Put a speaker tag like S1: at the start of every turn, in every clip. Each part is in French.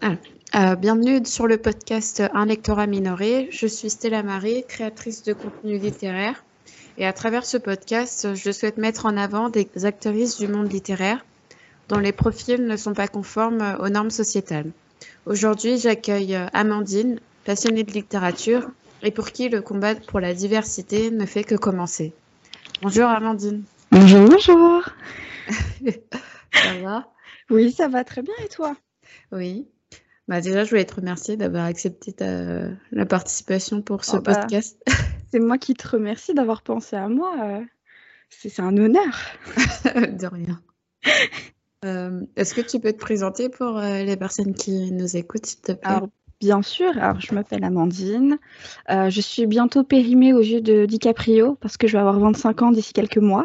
S1: Ah, bienvenue sur le podcast Un lectorat minoré. Je suis Stella Marie, créatrice de contenu littéraire. Et à travers ce podcast, je souhaite mettre en avant des actrices du monde littéraire dont les profils ne sont pas conformes aux normes sociétales. Aujourd'hui, j'accueille Amandine, passionnée de littérature et pour qui le combat pour la diversité ne fait que commencer. Bonjour Amandine.
S2: Bonjour, bonjour.
S1: Ça va?
S2: Oui, ça va très bien et toi?
S1: Oui. Déjà, je voulais te remercier d'avoir accepté la participation pour ce
S2: Oh bah,
S1: podcast.
S2: c'est moi qui te remercie d'avoir pensé à moi. C'est un honneur.
S1: De rien. Est-ce que tu peux te présenter pour les personnes qui nous écoutent, s'il te plaît?
S2: Alors, bien sûr, je m'appelle Amandine. Je suis bientôt périmée aux yeux de DiCaprio parce que je vais avoir 25 ans d'ici quelques mois.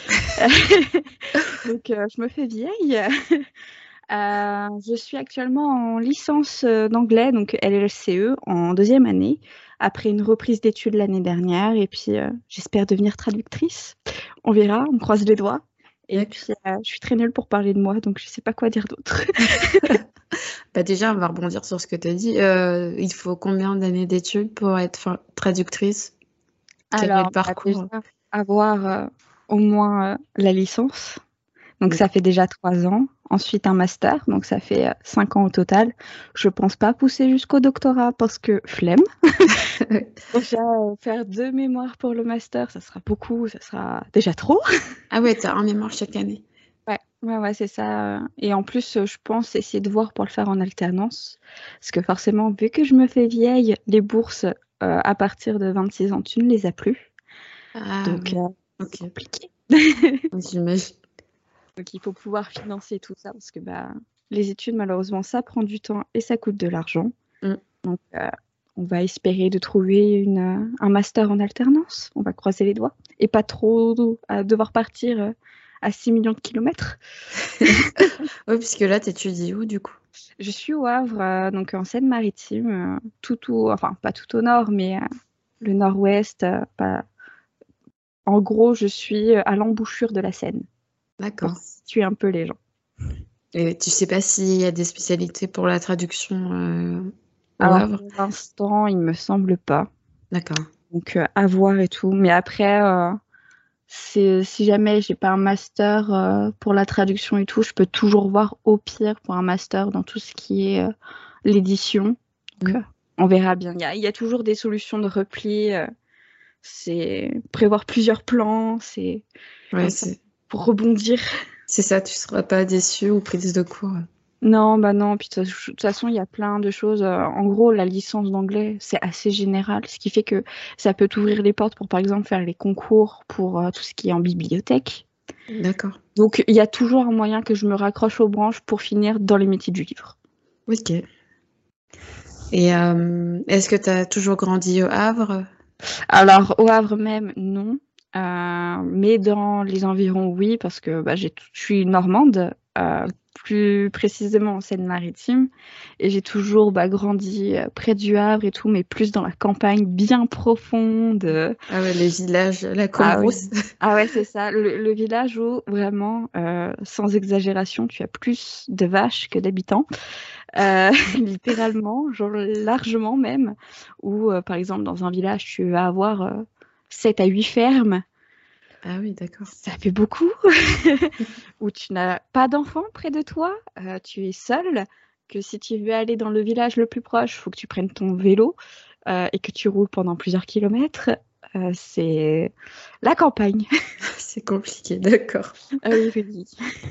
S2: Donc, je me fais vieille. Je suis actuellement en licence d'anglais, donc LLCE, en deuxième année, après une reprise d'études l'année dernière. Et puis, j'espère devenir traductrice. On verra, on croise les doigts. Et puis, je suis très nulle pour parler de moi, donc je ne sais pas quoi dire d'autre.
S1: Déjà, on va rebondir sur ce que tu as dit. Il faut combien d'années d'études pour être traductrice? Quel est le
S2: Alors,
S1: parcours?
S2: déjà, avoir au moins la licence. Donc, ça
S1: D'accord.
S2: fait déjà 3 ans. Ensuite, un master. Donc, ça fait 5 ans au total. Je pense pas pousser jusqu'au doctorat parce que flemme. Déjà, faire 2 mémoires pour le master, ça sera beaucoup, ça sera déjà trop.
S1: Ah ouais, tu as un mémoire chaque année.
S2: Ouais, c'est ça. Et en plus, je pense essayer de voir pour le faire en alternance. Parce que forcément, vu que je me fais vieille, les bourses à partir de 26 ans, tu ne les as plus.
S1: Ah
S2: Donc,
S1: oui,
S2: c'est
S1: ok.
S2: compliqué.
S1: J'imagine.
S2: Donc, il faut pouvoir financer tout ça. Parce que les études, malheureusement, ça prend du temps et ça coûte de l'argent.
S1: Mm.
S2: Donc, on va espérer de trouver un master en alternance. On va croiser les doigts. Et pas trop à devoir partir à 6 millions de kilomètres.
S1: Oui, puisque là, tu étudies où, du coup?
S2: Je suis au Havre, donc en Seine-Maritime, enfin pas tout au nord, mais le nord-ouest. En gros, je suis à l'embouchure de la Seine, pour
S1: D'accord.
S2: situer un peu les gens.
S1: Et tu sais pas s'il y a des spécialités pour la traduction au
S2: Alors
S1: Havre?
S2: pour l'instant, il me semble pas.
S1: D'accord.
S2: Donc à voir et tout. Mais après, si jamais j'ai pas un master pour la traduction et tout, je peux toujours voir au pire pour un master dans tout ce qui est l'édition. Donc
S1: Mm.
S2: on verra bien. Il y a toujours des solutions de repli. C'est prévoir plusieurs plans, c'est
S1: Ouais,
S2: comme ça pour rebondir.
S1: c'est ça, tu seras pas déçu ou prise de cours.
S2: Non, bah non, puis de toute façon, il y a plein de choses. En gros, la licence d'anglais, c'est assez général, ce qui fait que ça peut t'ouvrir les portes pour, par exemple, faire les concours pour tout ce qui est en bibliothèque.
S1: D'accord.
S2: Donc, il y a toujours un moyen que je me raccroche aux branches pour finir dans les métiers du livre.
S1: Ok. Et est-ce que tu as toujours grandi au Havre?
S2: Alors, au Havre même, non. Mais dans les environs, oui, parce que je suis normande, plus précisément en Seine-Maritime, et j'ai toujours grandi près du Havre et tout, mais plus dans la campagne bien profonde.
S1: Ah ouais, les villages, la
S2: Ah oui.
S1: Cambrousse.
S2: Ah ouais, c'est ça, le village où vraiment, sans exagération, tu as plus de vaches que d'habitants. Littéralement, genre largement même, où par exemple dans un village tu vas avoir 7 à 8 fermes,
S1: Ah oui, d'accord.
S2: ça fait beaucoup, où tu n'as pas d'enfants près de toi, tu es seul, que si tu veux aller dans le village le plus proche, il faut que tu prennes ton vélo et que tu roules pendant plusieurs kilomètres. C'est la campagne.
S1: C'est compliqué, d'accord.
S2: Ah oui, oui.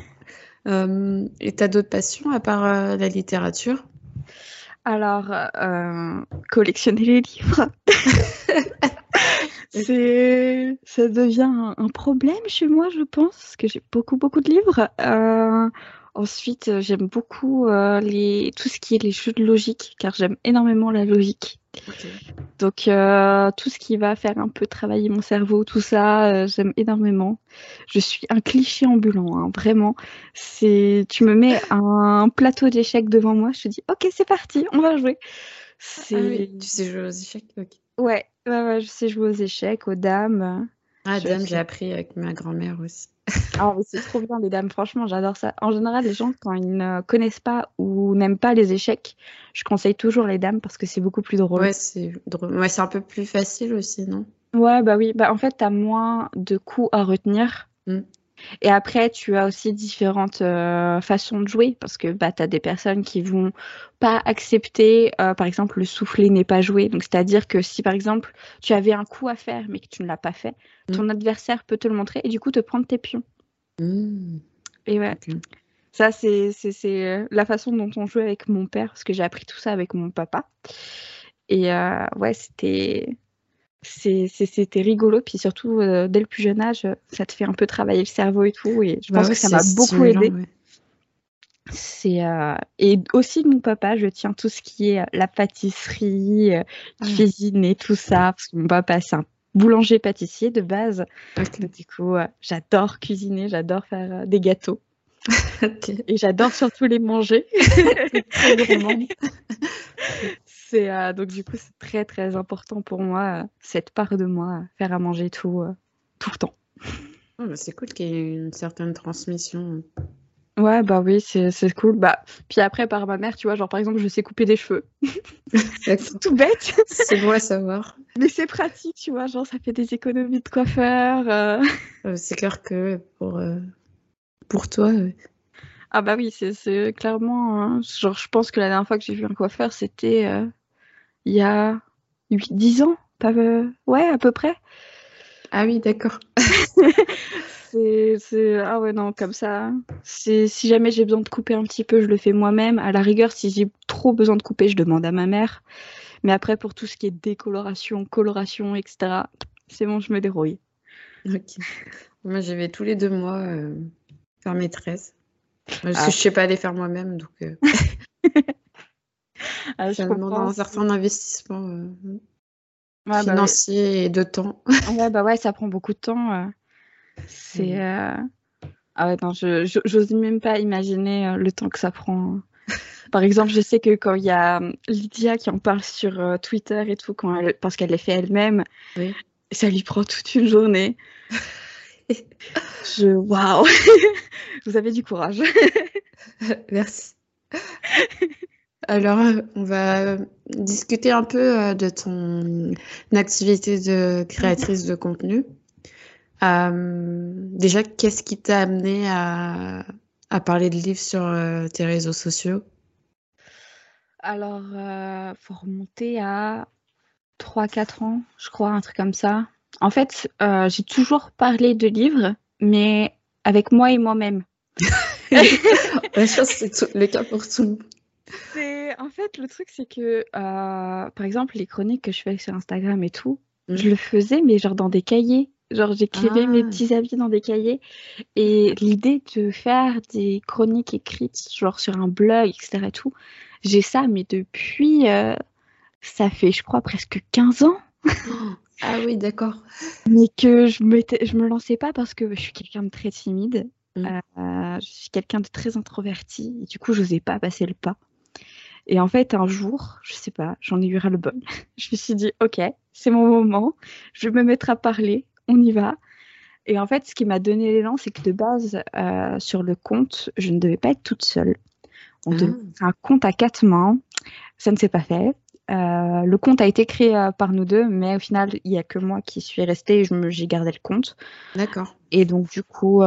S1: Et tu as d'autres passions à part la littérature?
S2: Alors, collectionner les livres. Ça devient un problème chez moi, je pense, parce que j'ai beaucoup, beaucoup de livres. Ensuite, j'aime beaucoup tout ce qui est les jeux de logique, car j'aime énormément la logique.
S1: Ok.
S2: Donc, tout ce qui va faire un peu travailler mon cerveau, tout ça, j'aime énormément. Je suis un cliché ambulant, hein, vraiment. Tu me mets un plateau d'échecs devant moi, je te dis, ok, c'est parti, on va jouer.
S1: Ah oui,
S2: C'est
S1: tu sais jouer aux échecs? Ok.
S2: ouais, je sais jouer aux échecs, aux dames.
S1: Ah,
S2: Je
S1: dame, j'ai
S2: sais.
S1: appris avec ma grand-mère aussi.
S2: Ah, mais c'est trop bien, les dames, franchement, j'adore ça. En général, les gens, quand ils ne connaissent pas ou n'aiment pas les échecs, je conseille toujours les dames parce que c'est beaucoup plus drôle.
S1: Ouais, c'est drôle. Ouais, c'est un peu plus facile aussi, non?
S2: Ouais, bah oui, bah en fait, t'as moins de coups à retenir.
S1: Mm.
S2: Et après, tu as aussi différentes façons de jouer parce que bah, tu as des personnes qui vont pas accepter, par exemple, le soufflet n'est pas joué. Donc, c'est-à-dire que si, par exemple, tu avais un coup à faire mais que tu ne l'as pas fait, ton adversaire peut te le montrer et du coup te prendre tes pions.
S1: Mm.
S2: Et ouais,
S1: Ok.
S2: ça, c'est la façon dont on jouait avec mon père parce que j'ai appris tout ça avec mon papa. Et ouais, c'était rigolo. Puis surtout, dès le plus jeune âge, ça te fait un peu travailler le cerveau et tout. Et je
S1: Bah
S2: pense
S1: ouais,
S2: que ça
S1: c'est
S2: m'a beaucoup
S1: stimulant,
S2: aidé.
S1: ouais.
S2: Et aussi de mon papa, je tiens tout ce qui est la pâtisserie,
S1: Ah,
S2: cuisine et tout ça, parce que mon papa, c'est un boulanger-pâtissier de base.
S1: ok.
S2: Donc, du coup, j'adore cuisiner, j'adore faire des gâteaux.
S1: Ok.
S2: Et j'adore surtout les manger.
S1: T'es très gourmande.
S2: Donc, du coup, c'est très, très important pour moi, cette part de moi, faire à manger tout le temps.
S1: Oh, bah, c'est cool qu'il y ait une certaine transmission.
S2: Ouais, bah oui, c'est cool. Bah, puis après, par ma mère, tu vois, genre par exemple, je sais couper des cheveux. C'est
S1: D'accord.
S2: tout bête.
S1: C'est bon à savoir.
S2: Mais c'est pratique, tu vois, genre ça fait des économies de coiffeur.
S1: C'est clair que pour toi,
S2: Ah bah oui, c'est clairement, hein, genre je pense que la dernière fois que j'ai vu un coiffeur, c'était il y a 8-10 ans, pas, ouais, à peu près.
S1: ah oui, d'accord.
S2: Ah ouais, non, comme ça, si jamais j'ai besoin de couper un petit peu, je le fais moi-même. À la rigueur, si j'ai trop besoin de couper, je demande à ma mère. Mais après, pour tout ce qui est décoloration, coloration, etc., c'est bon, je me débrouille.
S1: Ok. Moi, j'y vais tous les 2 mois faire mes tresses. Parce que
S2: Ah,
S1: je sais pas les faire moi-même, donc
S2: je
S1: ça demande
S2: comprends.
S1: un certain investissement
S2: Ouais, bah ouais.
S1: financier et de temps.
S2: Ouais, bah ouais, ça prend beaucoup de temps. C'est.
S1: Mm.
S2: Ah ouais, non, j'ose même pas imaginer le temps que ça prend. Par exemple, je sais que quand il y a Lydia qui en parle sur Twitter et tout, parce qu'elle les fait elle-même,
S1: Oui.
S2: ça lui prend toute une journée. Waouh, vous avez du courage.
S1: Merci. Alors, on va discuter un peu de ton activité de créatrice de contenu. Déjà, qu'est-ce qui t'a amené à parler de livres sur tes réseaux sociaux?
S2: Alors, faut remonter à 3-4 ans, je crois, un truc comme ça. En fait, j'ai toujours parlé de livres, mais avec moi et moi-même.
S1: Je pense que c'est le cas pour tout le monde.
S2: En fait, le truc, c'est que, par exemple, les chroniques que je fais sur Instagram et tout,
S1: Hmm.
S2: je le faisais, mais genre dans des cahiers. Genre, j'écrivais mes
S1: Ah,
S2: petits avis dans des cahiers. Et l'idée de faire des chroniques écrites, genre sur un blog, etc. et tout, j'ai ça, mais depuis, ça fait, je crois, presque 15 ans.
S1: ah oui, d'accord.
S2: Mais que je me lançais pas parce que je suis quelqu'un de très timide.
S1: Hmm.
S2: Je suis quelqu'un de très introverti. Et du coup, j'osais pas passer le pas. Et en fait, un jour, je sais pas, j'en ai eu ras-le-bol. Je me suis dit, ok, c'est mon moment, je vais me mettre à parler, on y va. Et en fait, ce qui m'a donné l'élan, c'est que de base, sur le compte, je ne devais pas être toute seule. On devait
S1: Ah,
S2: faire un compte à 4 mains. Ça ne s'est pas fait. Le compte a été créé par nous deux, mais au final, il n'y a que moi qui suis restée et j'ai gardé le compte.
S1: d'accord.
S2: Et donc, du coup,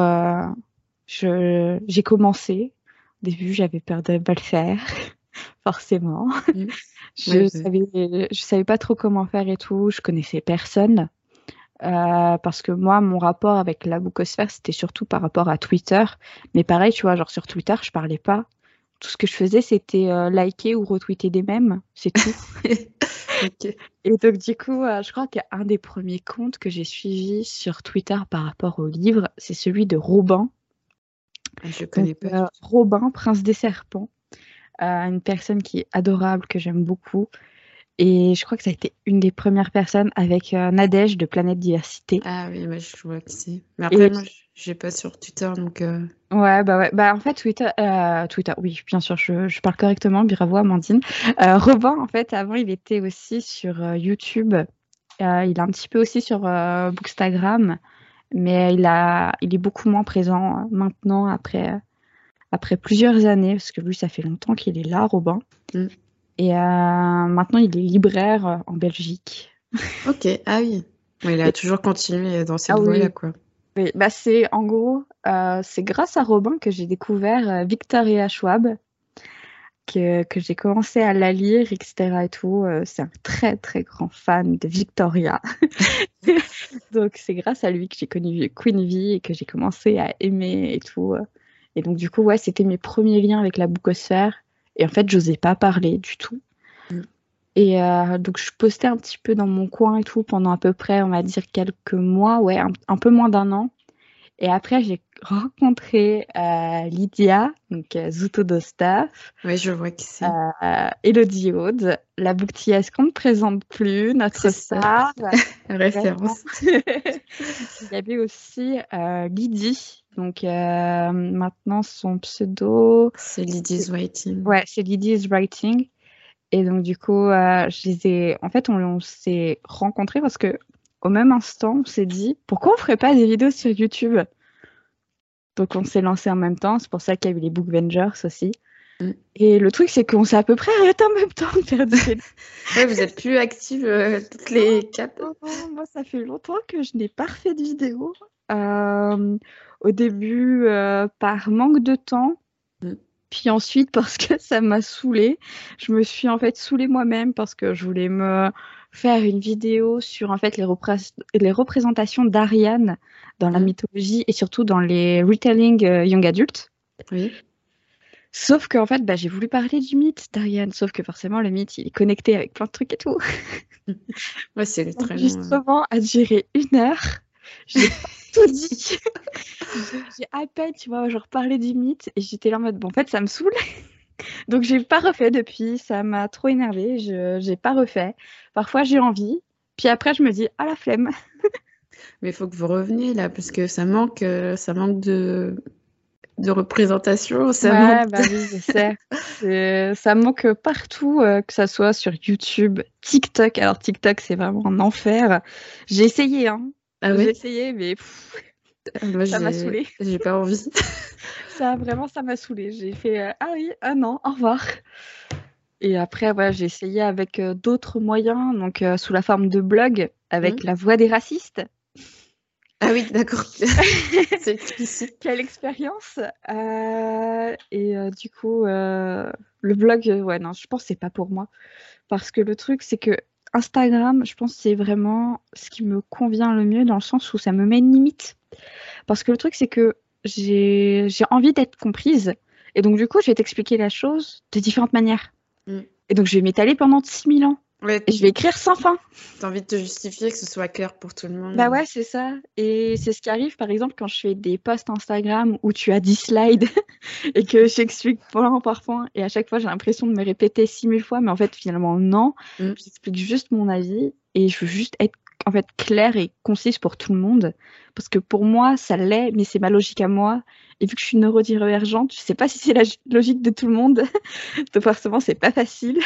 S2: j'ai commencé. Au début, j'avais peur de pas le faire, forcément.
S1: Hmm. Oui,
S2: Je savais pas trop comment faire et tout. Je connaissais personne. Parce que moi, mon rapport avec la boucosphère, c'était surtout par rapport à Twitter. Mais pareil, tu vois, genre sur Twitter, je parlais pas. Tout ce que je faisais, c'était liker ou retweeter des mèmes. C'est tout.
S1: ok.
S2: Et donc, du coup, je crois qu'un des premiers comptes que j'ai suivi sur Twitter par rapport au livre, c'est celui de Robin.
S1: Ah, je
S2: Donc,
S1: connais pas du tout.
S2: Robin, prince des serpents. Une personne qui est adorable, que j'aime beaucoup. Et je crois que ça a été une des premières personnes avec Nadège de Planète Diversité.
S1: Ah oui, moi, je vois qui c'est. Mais après,
S2: Et
S1: moi, j'ai pas sur Twitter, donc
S2: ouais. Bah, en fait, Twitter, oui, bien sûr, je parle correctement, bravo Amandine. Robin, en fait, avant, il était aussi sur YouTube. Il est un petit peu aussi sur Bookstagram. Mais il est beaucoup moins présent maintenant, après plusieurs années, parce que lui, ça fait longtemps qu'il est là, Robin.
S1: Mm.
S2: Et maintenant, il est libraire en Belgique.
S1: Ok, ah oui. Ouais, il a toujours continué dans
S2: Ah
S1: cette voie-là,
S2: oui,
S1: quoi.
S2: oui. Bah, c'est en gros, c'est grâce à Robin que j'ai découvert Victoria Schwab, que j'ai commencé à la lire, etc. et tout. C'est un très très grand fan de Victoria. Donc c'est grâce à lui que j'ai connu Queen Bee et que j'ai commencé à aimer et tout. Et donc du coup, ouais, c'était mes premiers liens avec la boucosphère. Et en fait, j'osais pas parler du tout.
S1: Mm.
S2: Et donc je postais un petit peu dans mon coin et tout pendant à peu près, on va dire, quelques mois, ouais, un peu moins d'un an. Et après, j'ai rencontré Lydia, donc Zuto Dostaf,
S1: Ouais, je vois qui c'est.
S2: Elodie Aude, la bouquetière qu'on ne présente plus,
S1: C'est
S2: notre
S1: ça,
S2: star. Vraiment.
S1: référence.
S2: Il y avait aussi Lydie, donc maintenant son pseudo,
S1: C'est Lydie's Writing.
S2: ouais, c'est Lydie's Writing. Et donc du coup, en fait, on s'est rencontrés parce que au même instant, on s'est dit, pourquoi on ferait pas des vidéos sur YouTube? Donc on s'est lancé en même temps, c'est pour ça qu'il y a eu les Bookvengers aussi.
S1: Mm.
S2: Et le truc, c'est qu'on s'est à peu près arrêté en même temps de faire du vidéo.
S1: Ouais, vous êtes plus actives toutes les quatre.
S2: Non, moi, ça fait longtemps que je n'ai pas refait de vidéo. Euh, Au début, par manque de temps,
S1: Mm.
S2: puis ensuite parce que ça m'a saoulée. Je me suis en fait saoulée moi-même parce que je voulais me faire une vidéo sur en fait les représentations d'Ariane dans la
S1: Mm.
S2: mythologie et surtout dans les retelling young adultes.
S1: Oui.
S2: Sauf qu'en fait, bah, j'ai voulu parler du mythe d'Ariane, sauf que forcément, le mythe, il est connecté avec plein de trucs et tout.
S1: Ouais, c'est
S2: Donc,
S1: très long.
S2: justement, a duré 1 heure. J'ai pas tout dit. J'ai à peine, tu vois, genre parlé du mythe et j'étais là en mode, bon, en fait, ça me saoule. Donc, j'ai pas refait depuis. Ça m'a trop énervée. J'ai pas refait. Parfois, j'ai envie. Puis après, je me dis, ah la flemme.
S1: Mais il faut que vous reveniez là, parce que ça manque de représentation, ça manque
S2: Ouais, bah oui, je sais. Ça me manque partout, que ça soit sur YouTube, TikTok. Alors TikTok, c'est vraiment un enfer. J'ai essayé, hein.
S1: Ah
S2: J'ai
S1: ouais?
S2: essayé, mais
S1: Moi,
S2: ça m'a saoulée.
S1: j'ai pas envie.
S2: Ça m'a saoulée. J'ai fait ah oui, ah non, au revoir. Et après, ouais, j'ai essayé avec d'autres moyens, donc sous la forme de blog,
S1: Hmm.
S2: avec la voix des racistes.
S1: Ah oui, d'accord. C'est explicite.
S2: Quelle expérience! Et du coup, le blog, ouais, non, je pense que c'est pas pour moi. Parce que le truc, c'est que Instagram, je pense que c'est vraiment ce qui me convient le mieux dans le sens où ça me met une limite. Parce que le truc, c'est que j'ai envie d'être comprise. Et donc, du coup, je vais t'expliquer la chose de différentes manières.
S1: Hmm.
S2: Et donc, je vais m'étaler pendant 6000 ans.
S1: Ouais,
S2: Et je vais écrire sans fin.
S1: t'as envie de te justifier, que ce soit clair pour tout le
S2: Bah
S1: monde.
S2: ouais, c'est ça. Et c'est ce qui arrive, par exemple, quand je fais des posts Instagram où tu as 10 slides et que j'explique point par point. Et à chaque fois, j'ai l'impression de me répéter 6000 fois, mais en fait, finalement, non.
S1: Hmm.
S2: J'explique juste mon avis et je veux juste être en fait claire et concise pour tout le monde. Parce que pour moi, ça l'est, mais c'est ma logique à moi. Et vu que je suis neurodivergente, je sais pas si c'est la logique de tout le monde. Donc forcément, c'est pas facile.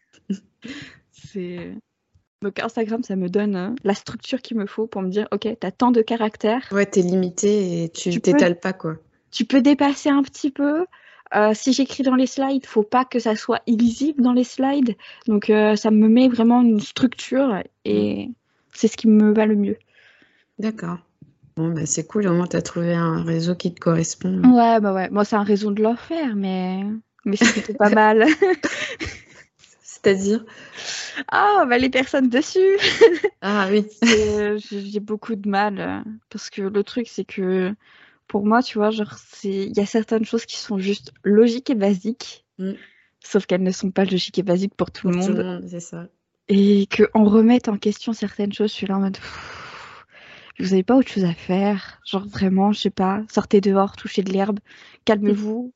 S2: C'est... Donc Instagram, ça me donne la structure qu'il me faut pour me dire, ok, t'as tant de caractères,
S1: Ouais, t'es limité et tu
S2: tu peux,
S1: t'étales pas, quoi.
S2: tu peux dépasser un petit peu. Si j'écris dans les slides, faut pas que ça soit illisible dans les slides. Donc ça me met vraiment une structure
S1: Hmm.
S2: et c'est ce qui me va le mieux.
S1: D'accord. Bon, bah, c'est cool, au moins t'as trouvé un réseau qui te correspond.
S2: Ouais, bah ouais. Moi, c'est un raison de leur faire, mais c'est plutôt pas mal.
S1: C'est-à-dire?
S2: Ah, bah les personnes dessus.
S1: Ah oui.
S2: J'ai beaucoup de mal parce que le truc, c'est que pour moi, tu vois, genre, il y a certaines choses qui sont juste logiques et basiques,
S1: Hmm.
S2: sauf qu'elles ne sont pas logiques et basiques pour tout le
S1: Pour tout le
S2: monde.
S1: monde, c'est ça.
S2: Et qu'on remette en question certaines choses, je suis là en mode, pff, vous avez pas autre chose à faire? Genre, vraiment, je sais pas, sortez dehors, touchez de l'herbe, calmez-vous.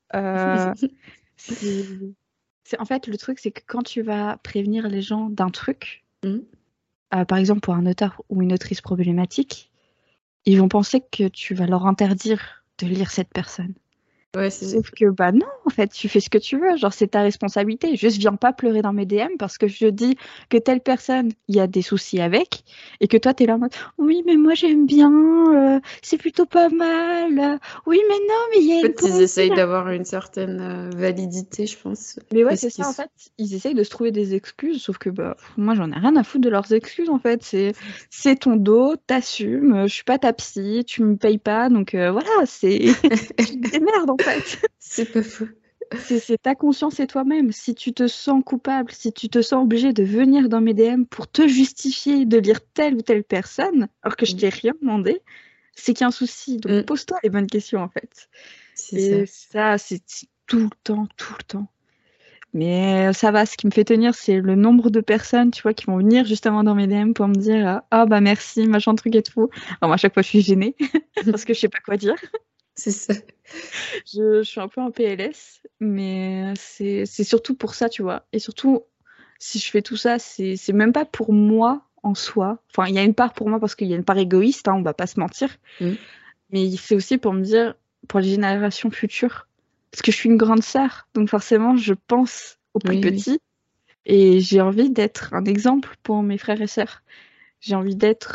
S2: C'est, en fait, le truc, c'est que quand tu vas prévenir les gens d'un truc,
S1: Hmm.
S2: par exemple pour un auteur ou une autrice problématique, ils vont penser que tu vas leur interdire de lire cette personne.
S1: Ouais,
S2: Sauf que, bah non, en fait, tu fais ce que tu veux. Genre, c'est ta responsabilité. Juste, viens pas pleurer dans mes DM parce que je dis que telle personne, il y a des soucis avec, et que toi, t'es là en mode, oui, mais moi, j'aime bien, c'est plutôt pas mal. Oui, mais non, mais il y a
S1: En
S2: une
S1: fait, ils
S2: poésie
S1: essayent
S2: là.
S1: d'avoir une certaine validité, je pense.
S2: Mais ouais,
S1: Parce
S2: c'est ça,
S1: qu'ils
S2: en fait. Ils essayent de se trouver des excuses, sauf que, bah, moi, j'en ai rien à foutre de leurs excuses, en fait. C'est ton dos, t'assumes, je suis pas ta psy, tu me payes pas, donc voilà, c'est. Tu te démerdes, en fait.
S1: c'est pas faux.
S2: C'est ta conscience et toi-même. Si tu te sens coupable, si tu te sens obligé de venir dans mes DM pour te justifier de lire telle ou telle personne, alors que je t'ai rien demandé, c'est qu'il y a un souci. Donc
S1: Mm,
S2: pose-toi les bonnes questions en fait.
S1: c'est ça.
S2: Et ça, c'est tout le temps, tout le temps. Mais ça va, ce qui me fait tenir, c'est le nombre de personnes, tu vois, qui vont venir justement dans mes DM pour me dire ah bah merci, machin truc et tout. Alors moi, à chaque fois, je suis gênée parce que je sais pas quoi dire.
S1: C'est ça.
S2: Je suis un peu en PLS, mais c'est surtout pour ça, tu vois. Et surtout, si je fais tout ça, c'est même pas pour moi en soi. Enfin, il y a une part pour moi parce qu'il y a une part égoïste, hein, on va pas se mentir.
S1: Mm.
S2: Mais c'est aussi pour me dire, pour les générations futures. Parce que je suis une grande sœur, donc forcément, je pense aux plus
S1: Oui, oui.
S2: petits. Et j'ai envie d'être un exemple pour mes frères et sœurs. J'ai envie d'être...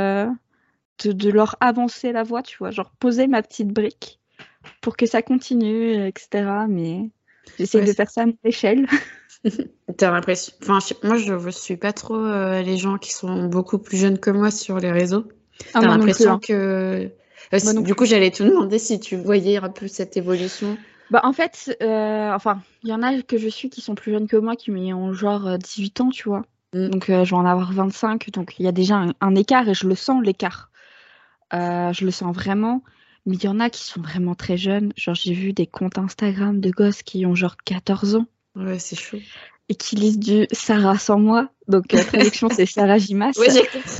S2: de leur avancer la voie, tu vois. Genre poser ma petite brique pour que ça continue, etc. Mais j'essaye
S1: Ouais,
S2: de faire ça à mon échelle.
S1: t'as l'impression. Enfin, moi, je suis pas trop les gens qui sont beaucoup plus jeunes que moi sur les réseaux.
S2: Ah,
S1: T'as
S2: moi non plus,
S1: l'impression
S2: hein.
S1: que.
S2: Moi non
S1: Du coup,
S2: plus.
S1: j'allais te demander si tu voyais un peu cette évolution.
S2: Bah, en fait, enfin, il y en a que je suis qui sont plus jeunes que moi, qui ont genre 18 ans, tu vois.
S1: Mm.
S2: Donc, je vais en avoir 25. Donc, il y a déjà un écart et je le sens, l'écart. Je le sens vraiment. Mais il y en a qui sont vraiment très jeunes. Genre, j'ai vu des comptes Instagram de gosses qui ont genre 14 ans
S1: Ouais, c'est chaud.
S2: et qui lisent du Sarah sans moi. Donc, traduction, c'est Sarah Jimas.
S1: Ouais, j'ai compris.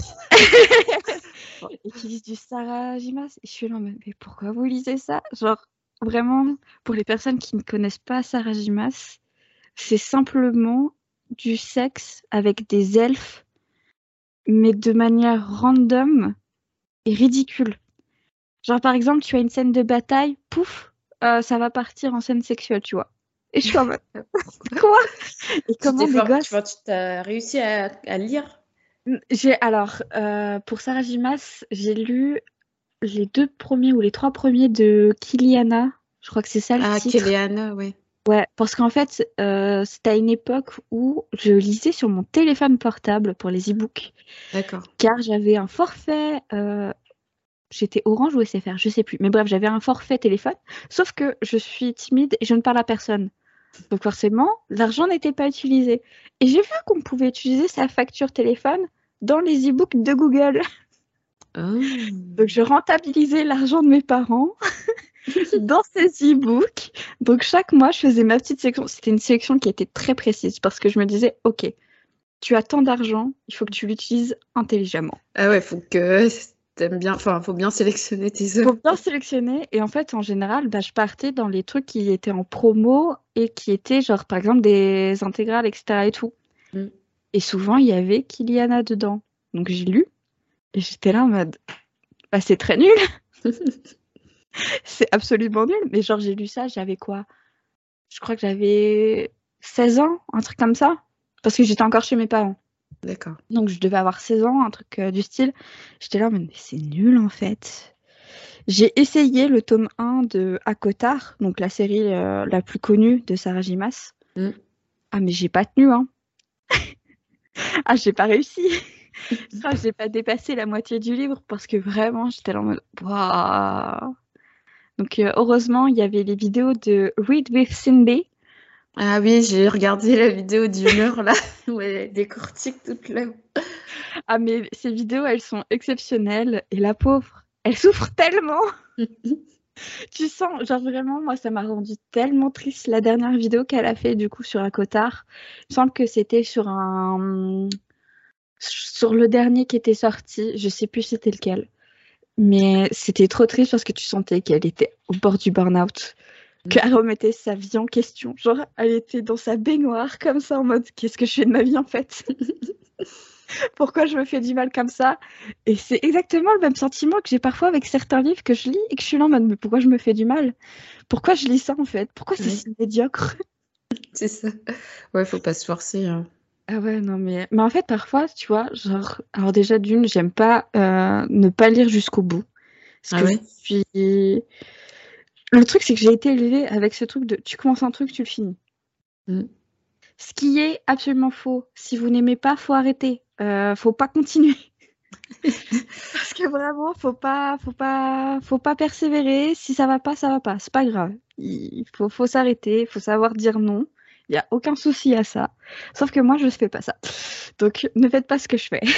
S2: Et qui lisent du Sarah Jimas. Et je suis là, mais pourquoi vous lisez ça? Genre, vraiment, pour les personnes qui ne connaissent pas Sarah Jimas, c'est simplement du sexe avec des elfes, mais de manière random et ridicule. Genre, par exemple, tu as une scène de bataille, pouf, ça va partir en scène sexuelle, tu vois. Et je suis en mode,
S1: Pourquoi?
S2: quoi? Et
S1: Tu t'es
S2: comment des
S1: fort,
S2: gosses.
S1: tu t'as réussi à lire?
S2: Alors, pour Sarah Jimas, j'ai lu les 2 premiers ou les 3 premiers de Kiliana. Je crois que c'est ça le
S1: Ah,
S2: titre.
S1: Kéléana, ouais.
S2: Ouais, parce qu'en fait, c'était à une époque où je lisais sur mon téléphone portable pour les e-books,
S1: D'accord.
S2: car j'avais un forfait, j'étais Orange ou SFR, je sais plus. Mais bref, j'avais un forfait téléphone, sauf que je suis timide et je ne parle à personne. Donc forcément, l'argent n'était pas utilisé. Et j'ai vu qu'on pouvait utiliser sa facture téléphone dans les e-books de Google.
S1: Oh.
S2: Donc je rentabilisais l'argent de mes parents dans ces e-books. Donc chaque mois, je faisais ma petite sélection. C'était une sélection qui était très précise parce que je me disais, ok, tu as tant d'argent, il faut que tu l'utilises intelligemment.
S1: Ah ouais, faut que t'aimes bien, enfin, faut bien sélectionner tes
S2: Il faut
S1: œuvres.
S2: bien sélectionner. Et en fait, en général, bah, je partais dans les trucs qui étaient en promo et qui étaient genre, par exemple, des intégrales, etc. et tout.
S1: Mm.
S2: Et souvent, il y avait Kiliana dedans. Donc j'ai lu et j'étais là en mode, bah, c'est très nul, c'est absolument nul. Mais genre, j'ai lu ça, j'avais quoi? Je crois que j'avais 16 ans, un truc comme ça. Parce que j'étais encore chez mes parents.
S1: D'accord.
S2: Donc je devais avoir 16 ans, un truc du style. J'étais là, mais c'est nul en fait. J'ai essayé le tome 1 de Akotar, donc la série la plus connue de Sarah Jimas.
S1: Mm.
S2: Ah mais j'ai pas tenu, hein. Ah j'ai pas réussi. Je crois que j'ai pas dépassé la moitié du livre parce que vraiment j'étais là en mode waouh. Donc heureusement il y avait les vidéos de Read with Cindy.
S1: Ah oui, j'ai regardé la vidéo d'1 heure là, où elle décortique toute l'œuvre.
S2: Ah mais ces vidéos elles sont exceptionnelles et la pauvre, elle souffre tellement. Tu sens, genre vraiment, moi, ça m'a rendu tellement triste la dernière vidéo qu'elle a fait du coup sur Akotar. Il me semble que c'était sur le dernier qui était sorti. Je sais plus c'était lequel, mais c'était trop triste parce que tu sentais qu'elle était au bord du burn-out, qu'elle remettait sa vie en question. Genre, elle était dans sa baignoire comme ça en mode, qu'est-ce que je fais de ma vie en fait? Pourquoi je me fais du mal comme ça? Et c'est exactement le même sentiment que j'ai parfois avec certains livres que je lis et que je suis là en mode, mais pourquoi je me fais du mal? Pourquoi je lis ça en fait? Pourquoi c'est
S1: Oui,
S2: si médiocre?
S1: c'est ça. Ouais, faut pas se forcer, hein.
S2: Ah ouais, non, mais en fait, parfois, tu vois, genre, alors déjà d'une, j'aime pas ne pas lire jusqu'au bout. Parce
S1: Ah
S2: que je
S1: ouais?
S2: suis. Le truc, c'est que j'ai été élevée avec ce truc de tu commences un truc, tu le finis.
S1: Mm.
S2: Ce qui est absolument faux. Si vous n'aimez pas, faut arrêter. Faut pas continuer. Parce que vraiment, faut pas persévérer. Si ça va pas, ça va pas. C'est pas grave. Il faut s'arrêter. Il faut savoir dire non. Il y a aucun souci à ça. Sauf que moi, je ne fais pas ça. Donc, ne faites pas ce que je fais.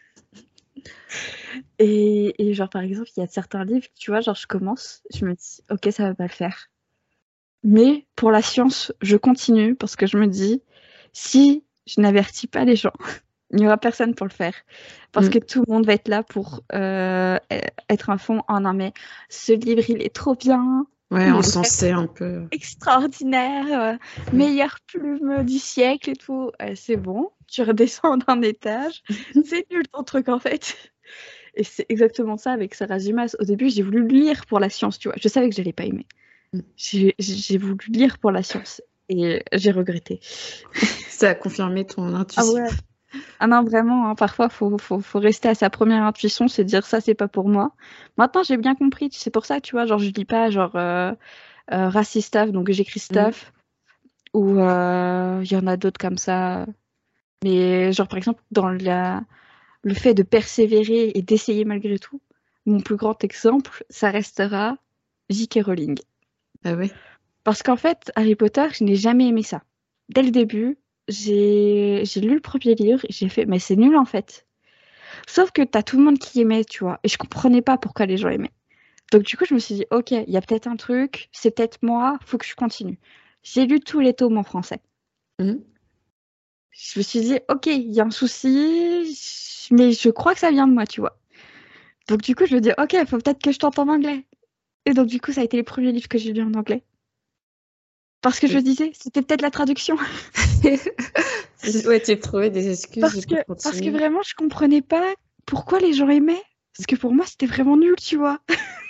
S2: Et genre, par exemple, il y a certains livres, tu vois, genre, je commence, je me dis, ok, ça va pas le faire. Mais pour la science, je continue parce que je me dis, si je n'avertis pas les gens, il n'y aura personne pour le faire. Parce que
S1: Mm.
S2: tout le monde va être là pour être à fond. Oh non, mais ce livre, il est trop bien.
S1: Ouais,
S2: Il est vraiment
S1: encenser un peu.
S2: extraordinaire.
S1: Mm.
S2: Meilleure plume du siècle et tout. C'est bon, tu redescends d'un étage. C'est nul ton truc en fait. Et c'est exactement ça avec Sarah Dumas. Au début, j'ai voulu lire pour la science, tu vois. Je savais que je n'allais pas aimer.
S1: Mm.
S2: J'ai voulu lire pour la science et j'ai regretté.
S1: Ça a confirmé ton
S2: Ah
S1: intuition.
S2: ouais. Ah non, vraiment, hein, parfois, faut rester à sa première intuition, se dire ça, c'est pas pour moi. Maintenant, j'ai bien compris, c'est pour ça, tu vois, genre, je lis pas, genre, Racistaf, donc j'écris
S1: Mm.
S2: Staff, ou il y en a d'autres comme ça. Mais, genre, par exemple, le fait de persévérer et d'essayer malgré tout, mon plus grand exemple, ça restera J.K. Rowling.
S1: Ah ouais?
S2: Parce qu'en fait, Harry Potter, je n'ai jamais aimé ça. Dès le début, j'ai lu le premier livre et j'ai fait, mais c'est nul en fait. Sauf que t'as tout le monde qui aimait, tu vois, et je comprenais pas pourquoi les gens aimaient. Donc du coup, je me suis dit, ok, il y a peut-être un truc, c'est peut-être moi, faut que je continue. J'ai lu tous les tomes en français.
S1: Mm.
S2: Je me suis dit, ok, il y a un souci, mais je crois que ça vient de moi, tu vois. Donc du coup, je me dis, ok, faut peut-être que je tente en anglais. Et donc du coup, ça a été les premiers livres que j'ai lus en anglais. Parce que je me disais, c'était peut-être la traduction.
S1: Ouais, tu trouvais des excuses pour
S2: Parce que
S1: continuer.
S2: vraiment, je comprenais pas pourquoi les gens aimaient. Parce que pour moi, c'était vraiment nul, tu vois.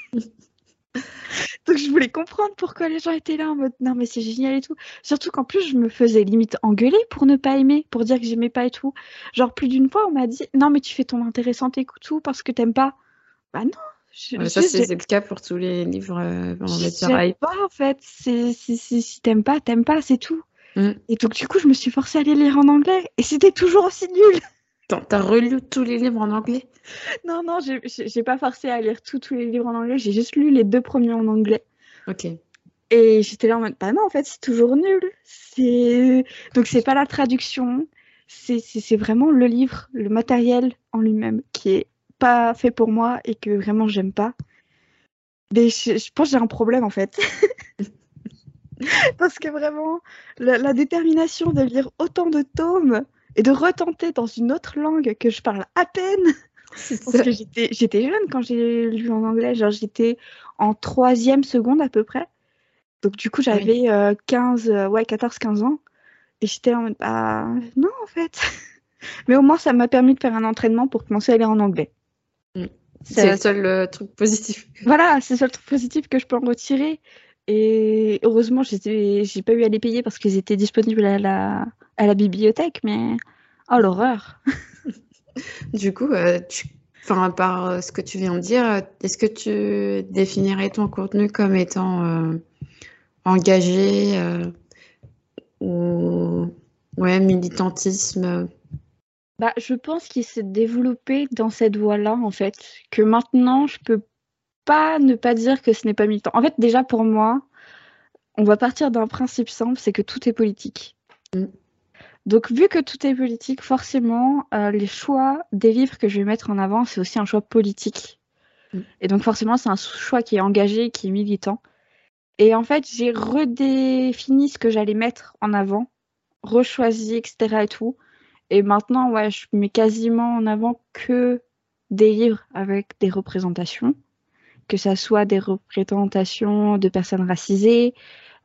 S2: Donc je voulais comprendre pourquoi les gens étaient là en mode non mais c'est génial et tout. Surtout qu'en plus je me faisais limite engueuler pour ne pas aimer, pour dire que j'aimais pas et tout. Genre plus d'une fois on m'a dit non mais tu fais ton intéressante et tout parce que t'aimes pas. Bah non,
S1: Ouais, ça,
S2: juste
S1: c'est le cas pour tous les livres, on va dire
S2: j'aime
S1: hype.
S2: pas en fait. Si t'aimes pas, c'est tout.
S1: Mm.
S2: Et donc du coup je me suis forcée à les lire en anglais et c'était toujours aussi nul.
S1: T'as relu tous les livres en anglais?
S2: Non non, j'ai pas forcé à lire tous les livres en anglais, j'ai juste lu les deux premiers en anglais.
S1: Ok.
S2: Et j'étais là en mode, bah non, en fait, c'est toujours nul. Donc, c'est pas la traduction, c'est vraiment le livre, le matériel en lui-même qui est pas fait pour moi et que vraiment j'aime pas. Mais je pense que j'ai un problème en fait. Parce que vraiment, la détermination de lire autant de tomes et de retenter dans une autre langue que je parle à peine.
S1: C'est
S2: Parce
S1: ça.
S2: que j'étais jeune quand j'ai lu en anglais, genre j'étais en troisième seconde à peu près. Donc du coup,
S1: Ah oui.
S2: j'avais 14-15 ans. Et j'étais en mode, bah non, en fait. Mais au moins, ça m'a permis de faire un entraînement pour commencer à lire en anglais.
S1: Mm. C'est le
S2: Ça-
S1: seul truc positif.
S2: Voilà, c'est le seul truc positif que je peux en retirer. Et heureusement, j'ai pas eu à les payer parce qu'ils étaient disponibles à la bibliothèque, mais oh l'horreur.
S1: Du coup, enfin, par ce que tu viens de dire, est-ce que tu définirais ton contenu comme étant engagé ou ouais, militantisme?
S2: Bah, je pense qu'il s'est développé dans cette voie-là, en fait, que maintenant, je peux pas ne pas dire que ce n'est pas militant. En fait, déjà pour moi, on va partir d'un principe simple, c'est que tout est politique.
S1: Mm.
S2: Donc, vu que tout est politique, forcément, les choix des livres que je vais mettre en avant, c'est aussi un choix politique.
S1: Mm.
S2: Et donc, forcément, c'est un choix qui est engagé, qui est militant. Et en fait, j'ai redéfini ce que j'allais mettre en avant, rechoisi, etc. et tout. Et maintenant, ouais, je mets quasiment en avant que des livres avec des représentations, que ça soit des représentations de personnes racisées,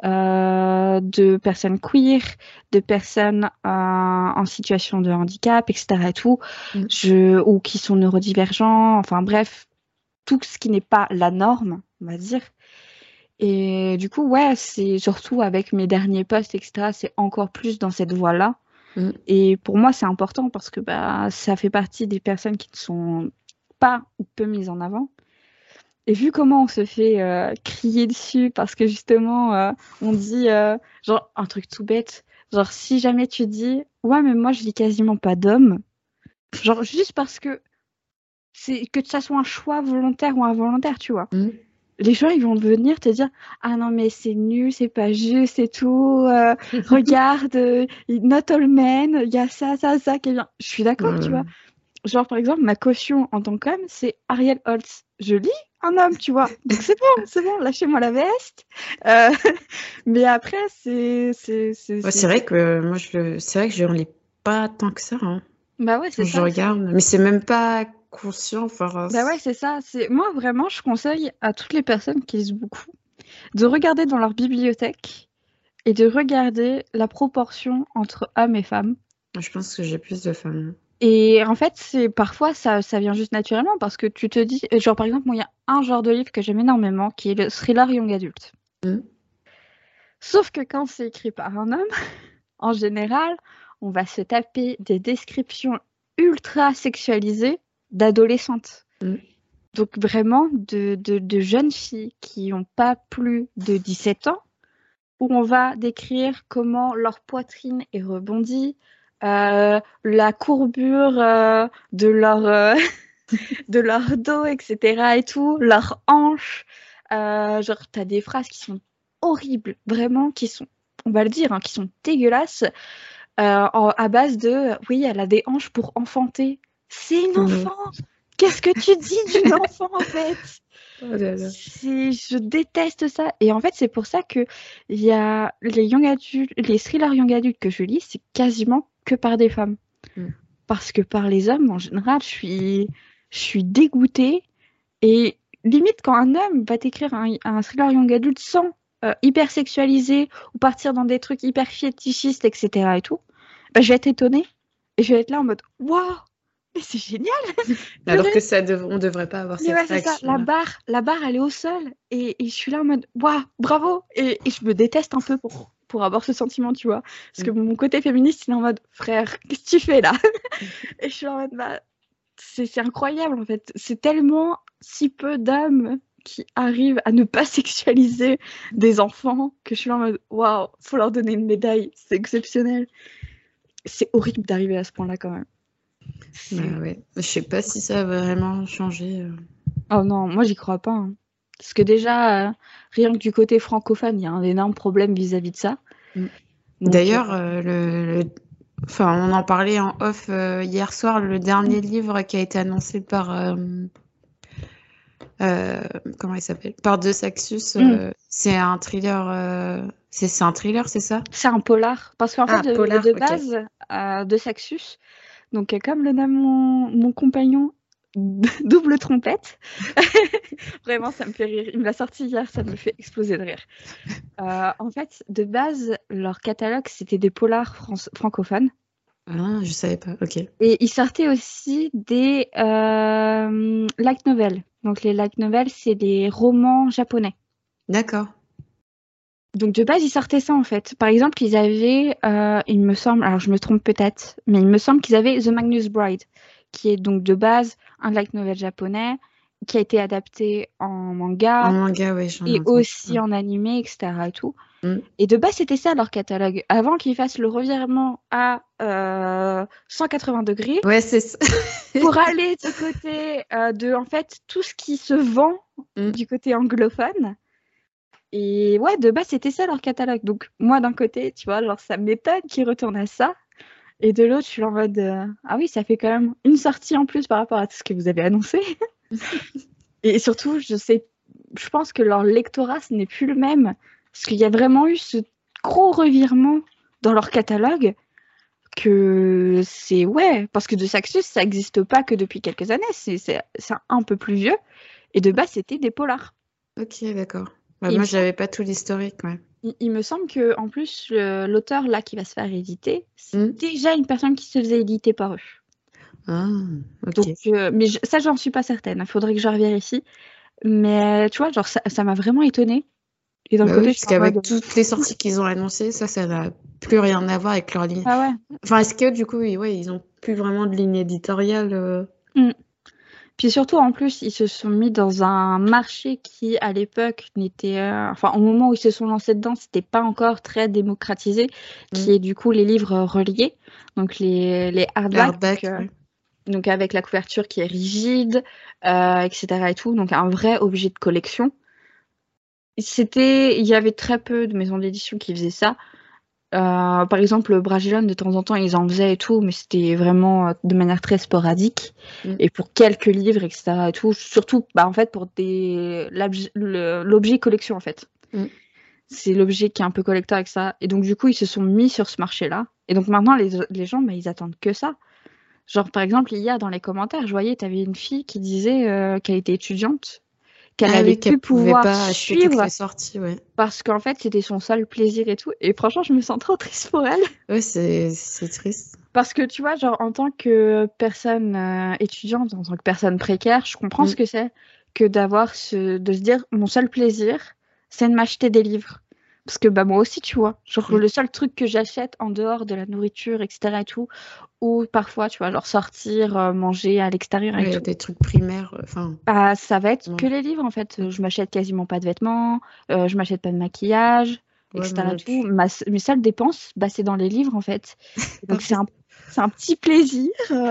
S2: de personnes queer, de personnes en situation de handicap, etc. et tout, ou qui sont neurodivergents, enfin bref, tout ce qui n'est pas la norme, on va dire. Et du coup, ouais, c'est surtout avec mes derniers posts, etc., c'est encore plus dans cette voie-là. Et pour moi, c'est important parce que ça fait partie des personnes qui ne sont pas ou peu mises en avant. Et vu comment on se fait crier dessus parce que justement, on dit genre un truc tout bête, genre si jamais tu dis ouais mais moi je lis quasiment pas d'hommes, genre juste parce que c'est que ça soit un choix volontaire ou involontaire, tu vois. Les gens ils vont venir te dire ah non mais c'est nul, c'est pas juste et tout, regarde, not all men, il y a ça qui est bien. Je suis d'accord, tu vois. Genre, par exemple, ma caution en tant qu'homme, c'est Ariel Holtz. Je lis un homme, tu vois. Donc, c'est bon, lâchez-moi la veste. Mais après,
S1: Ouais, c'est vrai que moi, c'est vrai que je ne lis pas tant que ça. Hein.
S2: Bah ouais, c'est
S1: Quand je
S2: ça.
S1: regarde, mais c'est même pas conscient. Enfin,
S2: Bah ouais, c'est ça. Moi, vraiment, je conseille à toutes les personnes qui lisent beaucoup de regarder dans leur bibliothèque et de regarder la proportion entre hommes et femmes.
S1: Je pense que j'ai plus de femmes.
S2: Et en fait, parfois, ça vient juste naturellement parce que tu te dis, genre par exemple, moi, il y a un genre de livre que j'aime énormément qui est le thriller young adulte. Sauf que quand c'est écrit par un homme, en général, on va se taper des descriptions ultra sexualisées d'adolescentes. Donc vraiment de jeunes filles qui n'ont pas plus de 17 ans, où on va décrire comment leur poitrine est rebondie, la courbure de leur dos, etc. et tout, leurs hanches. Genre, t'as des phrases qui sont horribles, vraiment, qui sont, on va le dire, hein, qui sont dégueulasses, à base de oui, elle a des hanches pour enfanter. C'est une enfant! Qu'est-ce que tu dis d'une enfant en fait? Je déteste ça. Et en fait, c'est pour ça que il y a les thrillers young adultes que je lis, c'est quasiment que par des femmes. Parce que par les hommes, en général, je suis dégoûtée. Et limite, quand un homme va t'écrire un thriller young adulte sans hyper sexualisé ou partir dans des trucs hyper fétichistes, etc. et tout, je vais être étonnée. Et je vais être là en mode waouh, mais c'est génial!
S1: Alors que on devrait pas avoir cette
S2: c'est ça,
S1: réaction.
S2: la barre, elle est au sol. Et je suis là en mode waouh, bravo! Et je me déteste un peu pour avoir ce sentiment, tu vois. Parce que mon côté féministe, il est en mode frère, qu'est-ce que tu fais là? Et je suis en mode c'est incroyable en fait. C'est tellement si peu d'hommes qui arrivent à ne pas sexualiser des enfants que je suis là en mode waouh, faut leur donner une médaille, c'est exceptionnel. C'est horrible d'arriver à ce point-là quand même.
S1: Ouais. Je sais pas si ça va vraiment changer.
S2: Oh non, moi j'y crois pas. Hein. Parce que déjà, rien que du côté francophone, il y a un énorme problème vis-à-vis de ça.
S1: D'ailleurs, on en parlait en off hier soir, le dernier livre qui a été annoncé par comment il s'appelle? Par De Saxus, c'est un thriller. C'est un thriller, c'est ça?
S2: C'est un polar. Parce qu'en fait,
S1: polar,
S2: de base, De Saxus, donc comme le nomme mon compagnon, double trompette. Vraiment, ça me fait rire. Il me l'a sorti hier, ça me fait exploser de rire. En fait, de base, leur catalogue, c'était des polars francophones.
S1: Ah, je savais pas, ok.
S2: Et ils sortaient aussi des light novels. Donc les light novels, c'est des romans japonais.
S1: D'accord.
S2: Donc de base, ils sortaient ça en fait. Par exemple, ils avaient, il me semble, alors je me trompe peut-être, mais il me semble qu'ils avaient The Magnus Bride, qui est donc de base un light novel japonais, qui a été adapté en manga,
S1: ouais,
S2: et aussi en animé, etc. et tout. Et de base, c'était ça leur catalogue. Avant qu'ils fassent le revirement à 180 degrés.
S1: Ouais, c'est ça.
S2: Pour aller du côté de, en fait, tout ce qui se vend du côté anglophone. Et ouais, de base, c'était ça leur catalogue. Donc, moi, d'un côté, tu vois, genre, ça m'étonne qu'ils retournent à ça. Et de l'autre, je suis en mode ah oui, ça fait quand même une sortie en plus par rapport à tout ce que vous avez annoncé. Et surtout, je pense que leur lectorat, ce n'est plus le même. Parce qu'il y a vraiment eu ce gros revirement dans leur catalogue que c'est ouais, parce que De Saxus, ça n'existe pas que depuis quelques années. C'est un peu plus vieux. Et de base, c'était des polars.
S1: Ok, d'accord. Moi, j'avais pas tout l'historique, ouais.
S2: Il me semble que en plus l'auteur là qui va se faire éditer, c'est
S1: Hmm.
S2: déjà une personne qui se faisait éditer par eux.
S1: Ah,
S2: Donc,
S1: ok.
S2: mais ça, j'en suis pas certaine. Il faudrait que je revérifie. Mais tu vois, genre ça m'a vraiment étonnée. Et d'un
S1: Bah oui,
S2: côté, je
S1: parce
S2: suis en
S1: qu'avec
S2: mode
S1: toutes les sorties qu'ils ont annoncées, ça n'a plus rien à voir avec leur ligne.
S2: ah ouais.
S1: Enfin, est-ce que du coup, ouais, ils ont plus vraiment de ligne éditoriale
S2: Mm. Puis surtout, en plus, ils se sont mis dans un marché qui, à l'époque, n'était, enfin, au moment où ils se sont lancés dedans, c'était pas encore très démocratisé, qui
S1: hmm.
S2: est du coup les livres reliés, donc les hardbacks,
S1: Hardback, ouais.
S2: donc avec la couverture qui est rigide, etc. et tout, donc un vrai objet de collection. Il y avait très peu de maisons d'édition qui faisaient ça. Par exemple, Bragellon, de temps en temps, ils en faisaient et tout, mais c'était vraiment de manière très sporadique.
S1: Hmm.
S2: Et pour quelques livres, etc. et tout, surtout, bah, en fait, pour l'objet collection, en fait.
S1: Hmm.
S2: C'est l'objet qui est un peu collector avec ça. Et donc, du coup, ils se sont mis sur ce marché-là. Et donc, maintenant, les gens, bah, ils attendent que ça. Genre, par exemple, hier, dans les commentaires, je voyais, tu avais une fille qui disait qu'elle était étudiante, qu'elle
S1: Ah
S2: allait
S1: oui, qu'elle
S2: plus
S1: pouvait
S2: pouvoir
S1: pas acheter toutes
S2: suivre
S1: les sorties, ouais.
S2: parce qu'en fait, c'était son seul plaisir et tout. Et franchement, je me sens trop triste pour elle.
S1: Ouais, c'est triste.
S2: Parce que tu vois, genre, en tant que personne étudiante, en tant que personne précaire, je comprends
S1: Hmm.
S2: ce que c'est que de se dire, mon seul plaisir, c'est de m'acheter des livres. Parce que bah moi aussi, tu vois, genre
S1: Hmm.
S2: le seul truc que j'achète en dehors de la nourriture, etc. et tout, ou parfois, tu vois, genre sortir, manger à l'extérieur et
S1: Ouais,
S2: tout,
S1: des trucs primaires, enfin.
S2: bah ça va être que
S1: Ouais,
S2: les livres en fait. Je m'achète quasiment pas de vêtements, je m'achète pas de maquillage,
S1: ouais, moi
S2: etc. et
S1: non
S2: tout.
S1: plus.
S2: Mes seules dépenses, bah c'est dans les livres en fait. Donc
S1: Pareil.
S2: c'est un petit plaisir.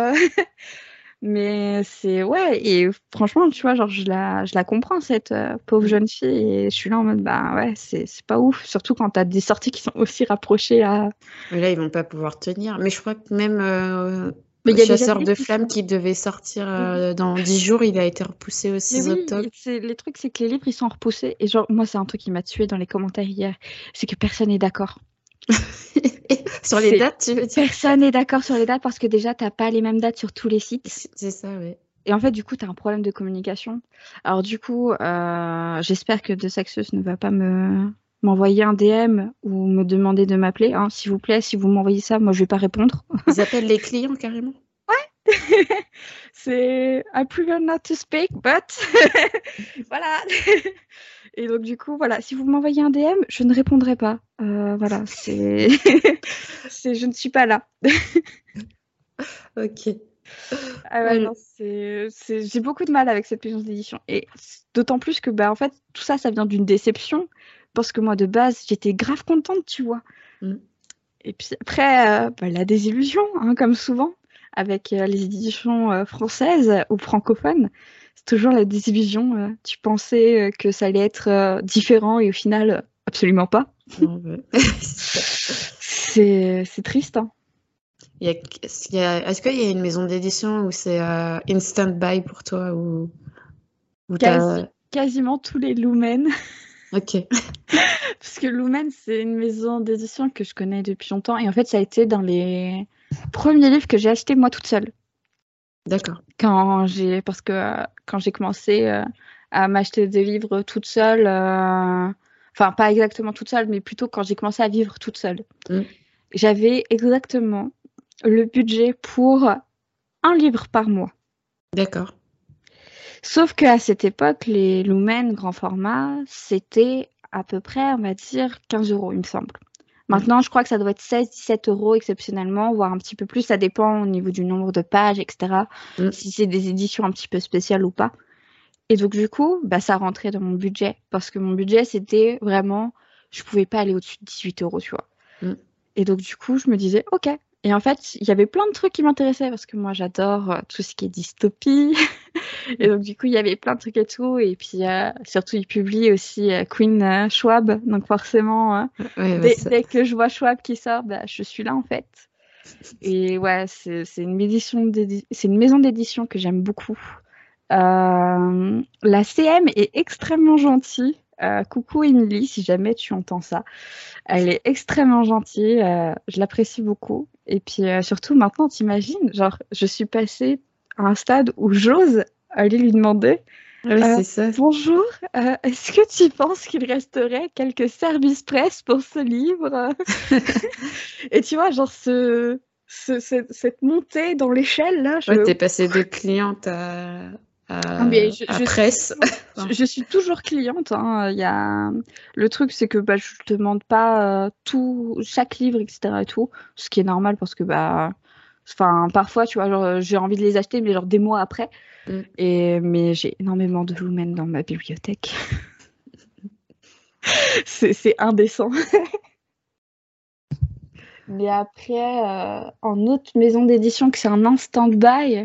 S2: Mais c'est ouais, et franchement, tu vois, genre je la comprends cette pauvre
S1: Hmm.
S2: jeune fille et je suis là en mode bah ouais, c'est pas ouf, surtout quand t'as des sorties qui sont aussi rapprochées à.
S1: Mais là, ils vont pas pouvoir tenir. Mais je crois que même
S2: Mais il y a des
S1: Chasseur
S2: ateliers
S1: de
S2: qui
S1: flammes
S2: font.
S1: qui devait sortir
S2: Mhm.
S1: dans 10 jours, il a été repoussé au
S2: Mais
S1: 6
S2: oui,
S1: octobre.
S2: les trucs, c'est que les livres ils sont repoussés et genre moi c'est un truc qui m'a tué dans les commentaires hier, c'est que personne n'est d'accord.
S1: Sur les
S2: C'est
S1: dates, tu veux dire?
S2: Personne n'est d'accord sur les dates parce que déjà t'as pas les mêmes dates sur tous les sites.
S1: C'est ça, ouais.
S2: Et en fait, du coup, tu as un problème de communication. Alors, du coup, j'espère que De Saxus ne va pas m'envoyer un DM ou me demander de m'appeler. Hein. S'il vous plaît, si vous m'envoyez ça, moi, je vais pas répondre.
S1: Ils appellent les clients carrément.
S2: C'est I prefer not to speak, but voilà. Et donc, du coup, voilà, si vous m'envoyez un DM, je ne répondrai pas. Voilà, je ne suis pas là.
S1: Ok.
S2: Ah ouais, non, j'ai beaucoup de mal avec cette maison d'édition. Et d'autant plus que, bah, en fait, tout ça, ça vient d'une déception. Parce que moi, de base, j'étais grave contente, tu vois.
S1: Mm.
S2: Et puis après, bah, la désillusion, hein, comme souvent, avec les éditions françaises ou francophones. C'est toujours la désillusion. Tu pensais que ça allait être différent et au final, absolument pas.
S1: Non, ouais.
S2: C'est triste, hein.
S1: Est-ce qu'il y a une maison d'édition où c'est instant buy pour toi ou
S2: Quasiment tous les Lumen.
S1: Ok,
S2: Parce que Lumen, c'est une maison d'édition que je connais depuis longtemps. Et en fait, ça a été dans les premiers livres que j'ai achetés moi toute seule.
S1: d'accord.
S2: Parce que quand j'ai commencé à m'acheter des livres toute seule, enfin pas exactement toute seule, mais plutôt quand j'ai commencé à vivre toute seule,
S1: Mm.
S2: j'avais exactement le budget pour un livre par mois.
S1: D'accord.
S2: Sauf qu'à cette époque, les Lumen grand format, c'était à peu près, on va dire, 15 euros, il me semble.
S1: Mm.
S2: Maintenant, je crois que ça doit être 16-17 euros exceptionnellement, voire un petit peu plus. Ça dépend au niveau du nombre de pages, etc.
S1: Mm.
S2: Si c'est des éditions un petit peu spéciales ou pas. Et donc, du coup, bah, ça rentrait dans mon budget. Parce que mon budget, c'était vraiment, je pouvais pas aller au-dessus de 18 euros, tu vois.
S1: Mm.
S2: Et donc, du coup, je me disais, OK. Et en fait, il y avait plein de trucs qui m'intéressaient parce que moi, j'adore tout ce qui est dystopie. Et donc, du coup, il y avait plein de trucs et tout. Et puis, surtout, il publie aussi Queen Schwab. Donc, forcément,
S1: Ouais, bah,
S2: dès que je vois Schwab qui sort, bah, je suis là, en fait. Et ouais, c'est c'est une maison d'édition que j'aime beaucoup. La CM est extrêmement gentille. Coucou Émilie, si jamais tu entends ça. Elle est extrêmement gentille. Je l'apprécie beaucoup. Et puis, surtout, maintenant, t'imagines, genre, je suis passée à un stade où j'ose aller lui demander.
S1: Oui, c'est ça.
S2: Bonjour, est-ce que tu penses qu'il resterait quelques services presse pour ce livre? Et tu vois, genre cette montée dans l'échelle là,
S1: Ouais, t'es passée de cliente
S2: mais
S1: à presse.
S2: je suis toujours cliente, hein. Le truc, c'est que bah, je te demande pas chaque livre, etc. et tout, ce qui est normal parce que bah, enfin, parfois, tu vois, genre, j'ai envie de les acheter, mais genre des mois après.
S1: Mm.
S2: Mais j'ai énormément de women dans ma bibliothèque. C'est indécent. Mais après, en autre maison d'édition que c'est un instant buy,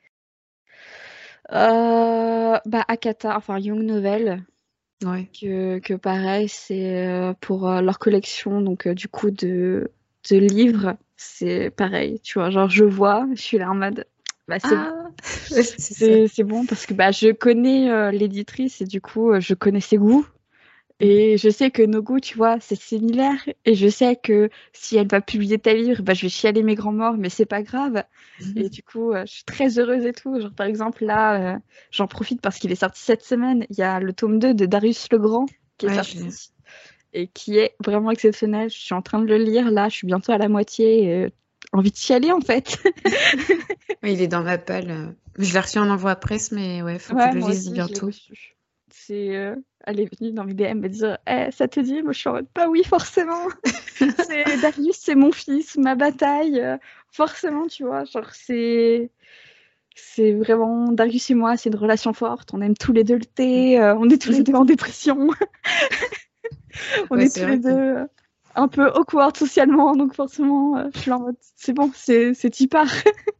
S2: bah Akata, enfin Young Novel,
S1: Ouais.
S2: que pareil, c'est pour leur collection, donc du coup de livres, c'est pareil, tu vois, genre je suis là en mode, bah c'est bon.
S1: Ah, ouais, c'est ça.
S2: C'est bon parce que bah, je connais l'éditrice et du coup, je connais ses goûts. Et je sais que nos goûts, tu vois, c'est similaire. Et je sais que si elle va publier ta livre, bah, je vais chialer mes grands morts, mais c'est pas grave. Et du coup, je suis très heureuse et tout. Genre, par exemple, là, j'en profite parce qu'il est sorti cette semaine. Il y a le tome 2 de Darius le Grand qui est
S1: Ouais,
S2: sorti et qui est vraiment exceptionnel. Je suis en train de le lire là. Je suis bientôt à la moitié. Envie de chialer en fait.
S1: ouais, il est dans ma palle. Je l'ai reçu en envoi presse, mais ouais, faut que je
S2: Ouais,
S1: le
S2: moi
S1: lise
S2: aussi, je l'ai
S1: bientôt.
S2: reçu. Elle est venue dans mes DM me dire ça te dit? Moi, je suis en mode bah oui, forcément. C'est Darius, c'est mon fils, ma bataille. Forcément, tu vois, genre c'est vraiment Darius et moi, c'est une relation forte. On aime tous les deux le thé, on est tous les deux en dépression, on
S1: Ouais,
S2: est
S1: c'est
S2: tous les
S1: vrai que
S2: deux un peu awkward socialement, donc forcément, je suis là en mode c'est bon, c'est t'y pars.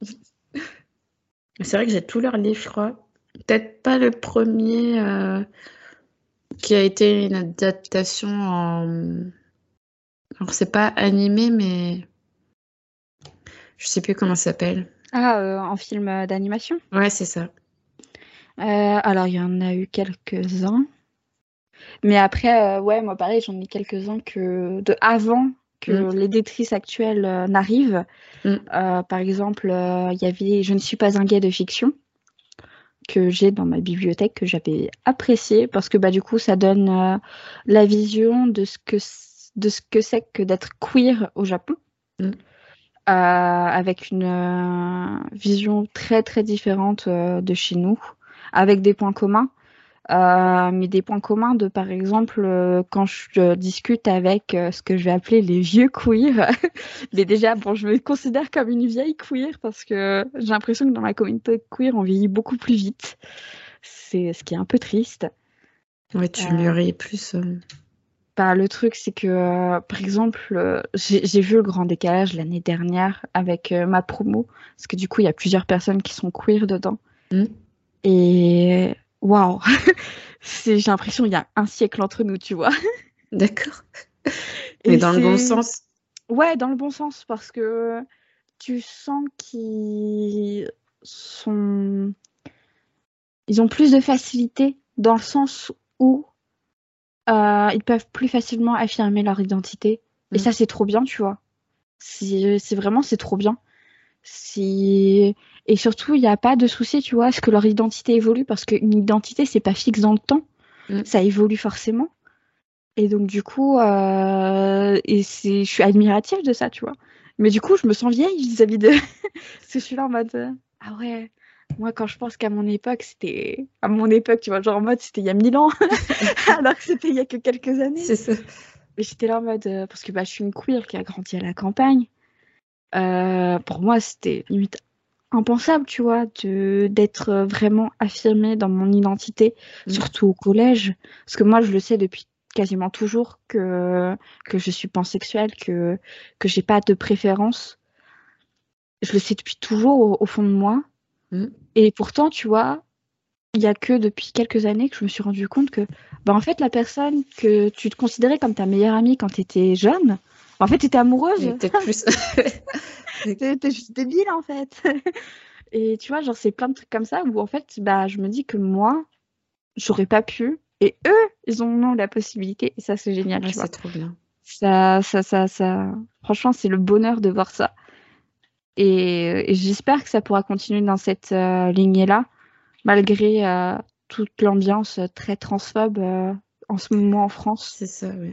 S1: j'ai tous leurs livres, je crois. Peut-être pas le premier qui a été une adaptation en. Alors, c'est pas animé, mais je sais plus comment ça s'appelle.
S2: Ah, en film d'animation.
S1: Ouais, c'est ça.
S2: Alors, il y en a eu quelques-uns. Mais après, ouais, moi pareil, j'en ai quelques-uns de avant
S1: Mm,
S2: que l'éditrice actuelle n'arrive.
S1: mm.
S2: Par exemple, il y avait Je ne suis pas un gay de fiction que j'ai dans ma bibliothèque que j'avais apprécié parce que bah du coup ça donne la vision de ce que c'est que d'être queer au Japon
S1: Mm.
S2: avec une vision très très différente de chez nous avec des points communs. Mais des points communs de, par exemple, quand je discute avec ce que je vais appeler les vieux queers. Mais déjà, bon, je me considère comme une vieille queer parce que j'ai l'impression que dans la communauté queer, on vieillit beaucoup plus vite. C'est ce qui est un peu triste.
S1: Ouais, tu
S2: Euh,
S1: mûris plus.
S2: Bah, le truc, c'est que, par exemple, j'ai vu le grand décalage l'année dernière avec ma promo, parce que du coup, il y a plusieurs personnes qui sont queer dedans.
S1: Mm.
S2: Et waouh! J'ai l'impression qu'il y a un siècle entre nous, tu vois.
S1: D'accord. Mais
S2: Et
S1: dans le bon
S2: c'est...
S1: sens.
S2: Ouais, dans le bon sens, parce que tu sens qu'ils sont... Ils ont plus de facilité dans le sens où ils peuvent plus facilement affirmer leur identité. Et
S1: Mm.
S2: ça, c'est trop bien, tu vois. C'est trop bien. C'est... Et surtout, il n'y a pas de souci, tu vois, à ce que leur identité évolue, parce qu'une identité, c'est pas fixe dans le temps.
S1: Mm.
S2: Ça évolue forcément. Et donc, du coup, je suis admirative de ça, tu vois. Mais du coup, je me sens vieille vis-à-vis de. Parce que je suis là en mode. Ah ouais, moi, quand je pense qu'à mon époque, c'était. À mon époque, tu vois, genre en mode, c'était il y a 1000 ans, alors que c'était il y a que quelques années.
S1: C'est ça.
S2: Mais j'étais là en mode. Parce que bah, je suis une queer qui a grandi à la campagne. Pour moi, c'était limite impensable, tu vois, d'être vraiment affirmée dans mon identité,
S1: Mm.
S2: surtout au collège. Parce que moi, je le sais depuis quasiment toujours que je suis pansexuelle, que j'ai pas de préférence. Je le sais depuis toujours au fond de moi.
S1: Mm.
S2: Et pourtant, tu vois, il y a que depuis quelques années que je me suis rendu compte que, bah, en fait, la personne que tu te considérais comme ta meilleure amie quand tu étais jeune, en fait, tu étais
S1: Mais
S2: amoureuse.
S1: peut-être plus.
S2: T'es juste débile, en fait. Et tu vois, genre, c'est plein de trucs comme ça où, en fait, bah, je me dis que moi, j'aurais pas pu. Et eux, ils ont la possibilité. Et ça, c'est génial,
S1: Ouais,
S2: tu
S1: c'est
S2: vois.
S1: trop bien.
S2: Ça. Franchement, c'est le bonheur de voir ça. Et j'espère que ça pourra continuer dans cette lignée-là, malgré toute l'ambiance très transphobe en ce moment en France.
S1: C'est ça, oui.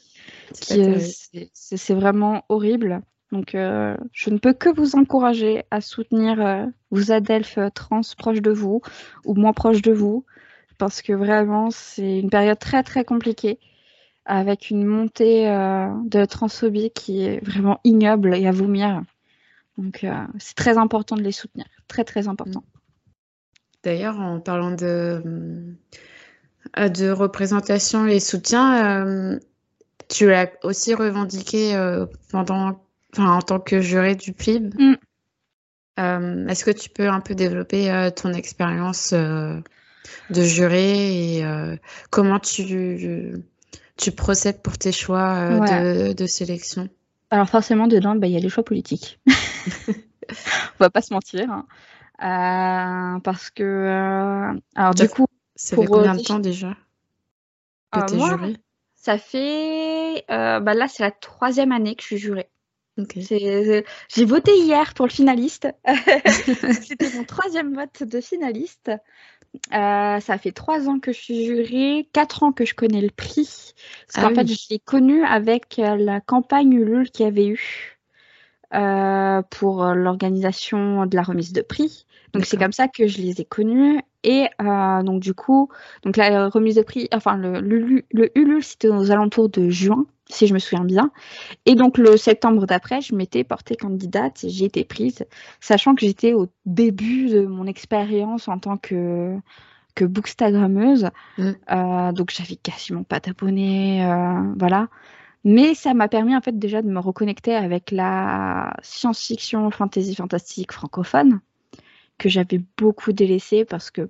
S2: C'est vraiment horrible. Donc, je ne peux que vous encourager à soutenir vos adelphes trans proches de vous ou moins proches de vous, parce que vraiment, c'est une période très, très compliquée, avec une montée de transphobie qui est vraiment ignoble et à vomir. Donc, c'est très important de les soutenir. Très, très important.
S1: D'ailleurs, en parlant de représentation et soutien, tu l'as aussi revendiqué en tant que juré du PLIB. Est-ce que tu peux un peu développer ton expérience de juré et comment tu procèdes pour tes choix de sélection?
S2: Alors forcément, dedans, il y a les choix politiques. On va pas se mentir. Parce que... alors du coup...
S1: Ça fait combien de temps déjà que tu es jurée?
S2: Ça fait... là, c'est la 3e année que je suis jurée.
S1: Okay.
S2: J'ai voté hier pour le finaliste. C'était mon 3e vote de finaliste. Ça fait 3 ans que je suis jurée, 4 ans que je connais le prix. Parce qu'en fait, je l'ai connu avec la campagne Ulule qu'il y avait eu pour l'organisation de la remise de prix. Donc, c'est comme ça que je les ai connus. Et donc, du coup, donc la remise de prix, enfin, le Ulule, c'était aux alentours de juin, si je me souviens bien. Et donc, le septembre d'après, je m'étais portée candidate et j'ai été prise, sachant que j'étais au début de mon expérience en tant que bookstagrammeuse. Donc, j'avais quasiment pas d'abonnés, voilà. Mais ça m'a permis, en fait, déjà de me reconnecter avec la science-fiction, fantasy, fantastique francophone, que j'avais beaucoup délaissé parce que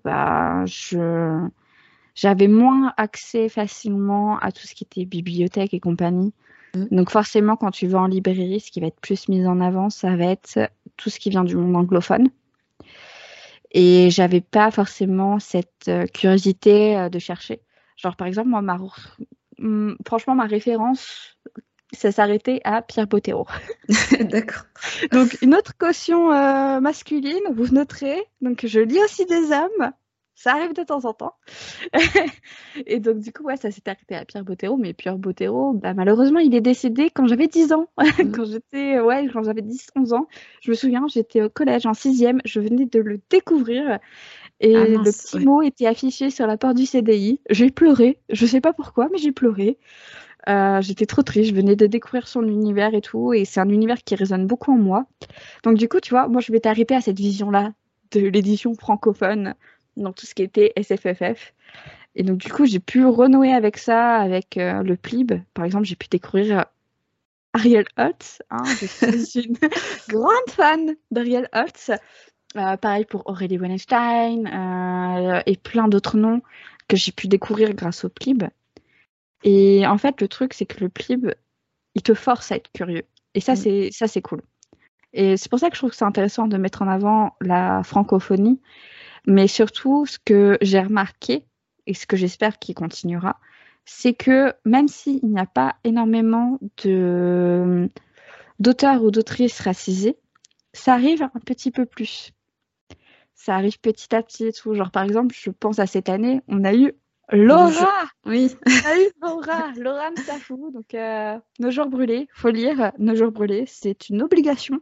S2: j'avais moins accès facilement à tout ce qui était bibliothèque et compagnie. Donc forcément, quand tu vas en librairie, ce qui va être plus mis en avant, ça va être tout ce qui vient du monde anglophone. Et j'avais pas forcément cette curiosité de chercher. Genre, par exemple, moi, franchement, ma référence, ça s'arrêtait à Pierre Bottero.
S1: D'accord.
S2: Donc, une autre caution masculine, vous noterez. Donc, je lis aussi des hommes. Ça arrive de temps en temps. Et donc, du coup, ça s'est arrêté à Pierre Bottero. Mais Pierre Bottero, malheureusement, il est décédé quand j'avais 10 ans. Quand j'avais 10-11 ans. Je me souviens, j'étais au collège en 6e. Je venais de le découvrir. Et le petit mot était affiché sur la porte du CDI. J'ai pleuré. Je sais pas pourquoi, mais j'ai pleuré. J'étais trop triste. Je venais de découvrir son univers et tout. Et c'est un univers qui résonne beaucoup en moi. Donc, du coup, tu vois, moi, je m'étais arrêtée à cette vision-là de l'édition francophone dans tout ce qui était SFFF. Et donc, du coup, j'ai pu renouer avec ça, avec le PLIB. Par exemple, j'ai pu découvrir Ariel Holtz. Je suis une grande fan d'Ariel Holtz. Pareil pour Aurélie Wallenstein et plein d'autres noms que j'ai pu découvrir grâce au PLIB. Et en fait, le truc, c'est que le PLIB, il te force à être curieux. Et ça, c'est cool. Et c'est pour ça que je trouve que c'est intéressant de mettre en avant la francophonie. Mais surtout, ce que j'ai remarqué, et ce que j'espère qu'il continuera, c'est que même s'il n'y a pas énormément d'auteurs ou d'autrices racisés, ça arrive un petit peu plus. Ça arrive petit à petit et tout. Genre, par exemple, je pense à cette année, on a eu Laura.
S1: Oui.
S2: On a eu Laura Msafou. Donc, Nos jours brûlés. Faut lire Nos jours brûlés. C'est une obligation.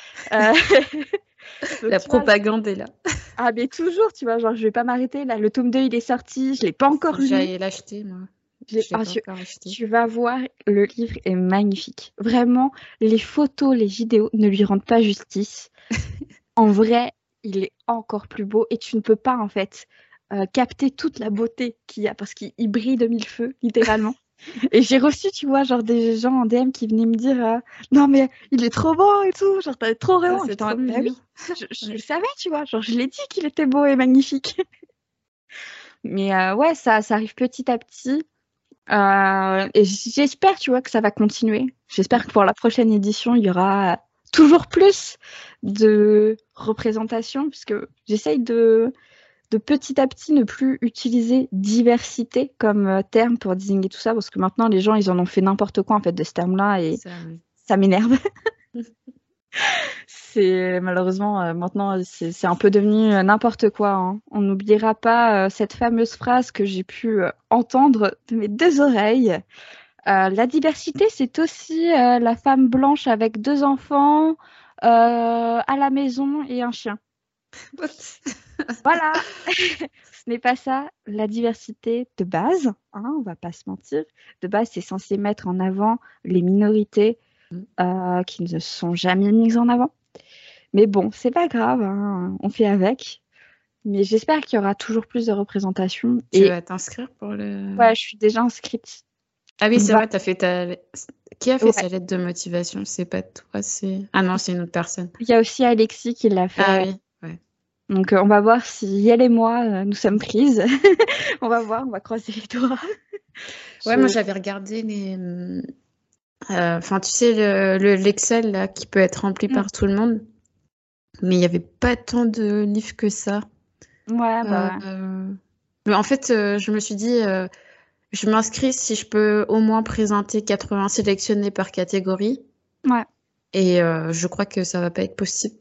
S1: Donc, la propagande est là.
S2: Ah, mais toujours, tu vois. Genre, je vais pas m'arrêter. Là, le tome 2, il est sorti. Je l'ai pas encore lu.
S1: J'allais l'acheter, moi. Je l'ai pas encore acheté.
S2: Tu vas voir, le livre est magnifique. Vraiment, les photos, les vidéos ne lui rendent pas justice. En vrai, il est encore plus beau et tu ne peux pas, en fait, capter toute la beauté qu'il y a parce qu'il brille de mille feux, littéralement. Et j'ai reçu, tu vois, genre des gens en DM qui venaient me dire non, mais il est trop beau et tout, genre t'as trop raison.
S1: C'est trop mignon.
S2: Oui, je le savais, tu vois, genre je l'ai dit qu'il était beau et magnifique. Mais ça arrive petit à petit. Et j'espère, tu vois, que ça va continuer. J'espère que pour la prochaine édition, il y aura toujours plus de représentation, puisque j'essaye de petit à petit ne plus utiliser diversité comme terme pour désigner tout ça, parce que maintenant les gens ils en ont fait n'importe quoi en fait de ce terme-là et ça m'énerve. C'est malheureusement maintenant c'est un peu devenu n'importe quoi, hein. On n'oubliera pas cette fameuse phrase que j'ai pu entendre de mes deux oreilles. La diversité, c'est aussi la femme blanche avec deux enfants à la maison et un chien. Voilà, ce n'est pas ça. La diversité de base, hein, on va pas se mentir. De base, c'est censé mettre en avant les minorités qui ne sont jamais mises en avant. Mais bon, c'est pas grave, hein, on fait avec. Mais j'espère qu'il y aura toujours plus de représentation.
S1: Tu
S2: Et
S1: vas t'inscrire pour le...
S2: ouais, je suis déjà inscrite.
S1: Ah oui,
S2: On
S1: c'est
S2: va...
S1: vrai, t'as fait ta... Qui a fait
S2: ouais.
S1: sa lettre de motivation? C'est pas toi, c'est... Ah non, c'est une autre personne.
S2: Il y a aussi Alexis qui l'a
S1: Ah
S2: fait.
S1: oui, ouais.
S2: Donc on va voir si elle et moi, nous sommes prises. On va voir, on va croiser les doigts.
S1: Ouais, moi j'avais regardé les... Enfin, tu sais, l'Excel là, qui peut être rempli
S2: Mm.
S1: par tout le monde, mais il n'y avait pas tant de livres que ça.
S2: Ouais, bah ouais.
S1: Mais en fait, je me suis dit, je m'inscris si je peux au moins présenter 80 sélectionnés par catégorie.
S2: Ouais.
S1: Et je crois que ça va pas être possible.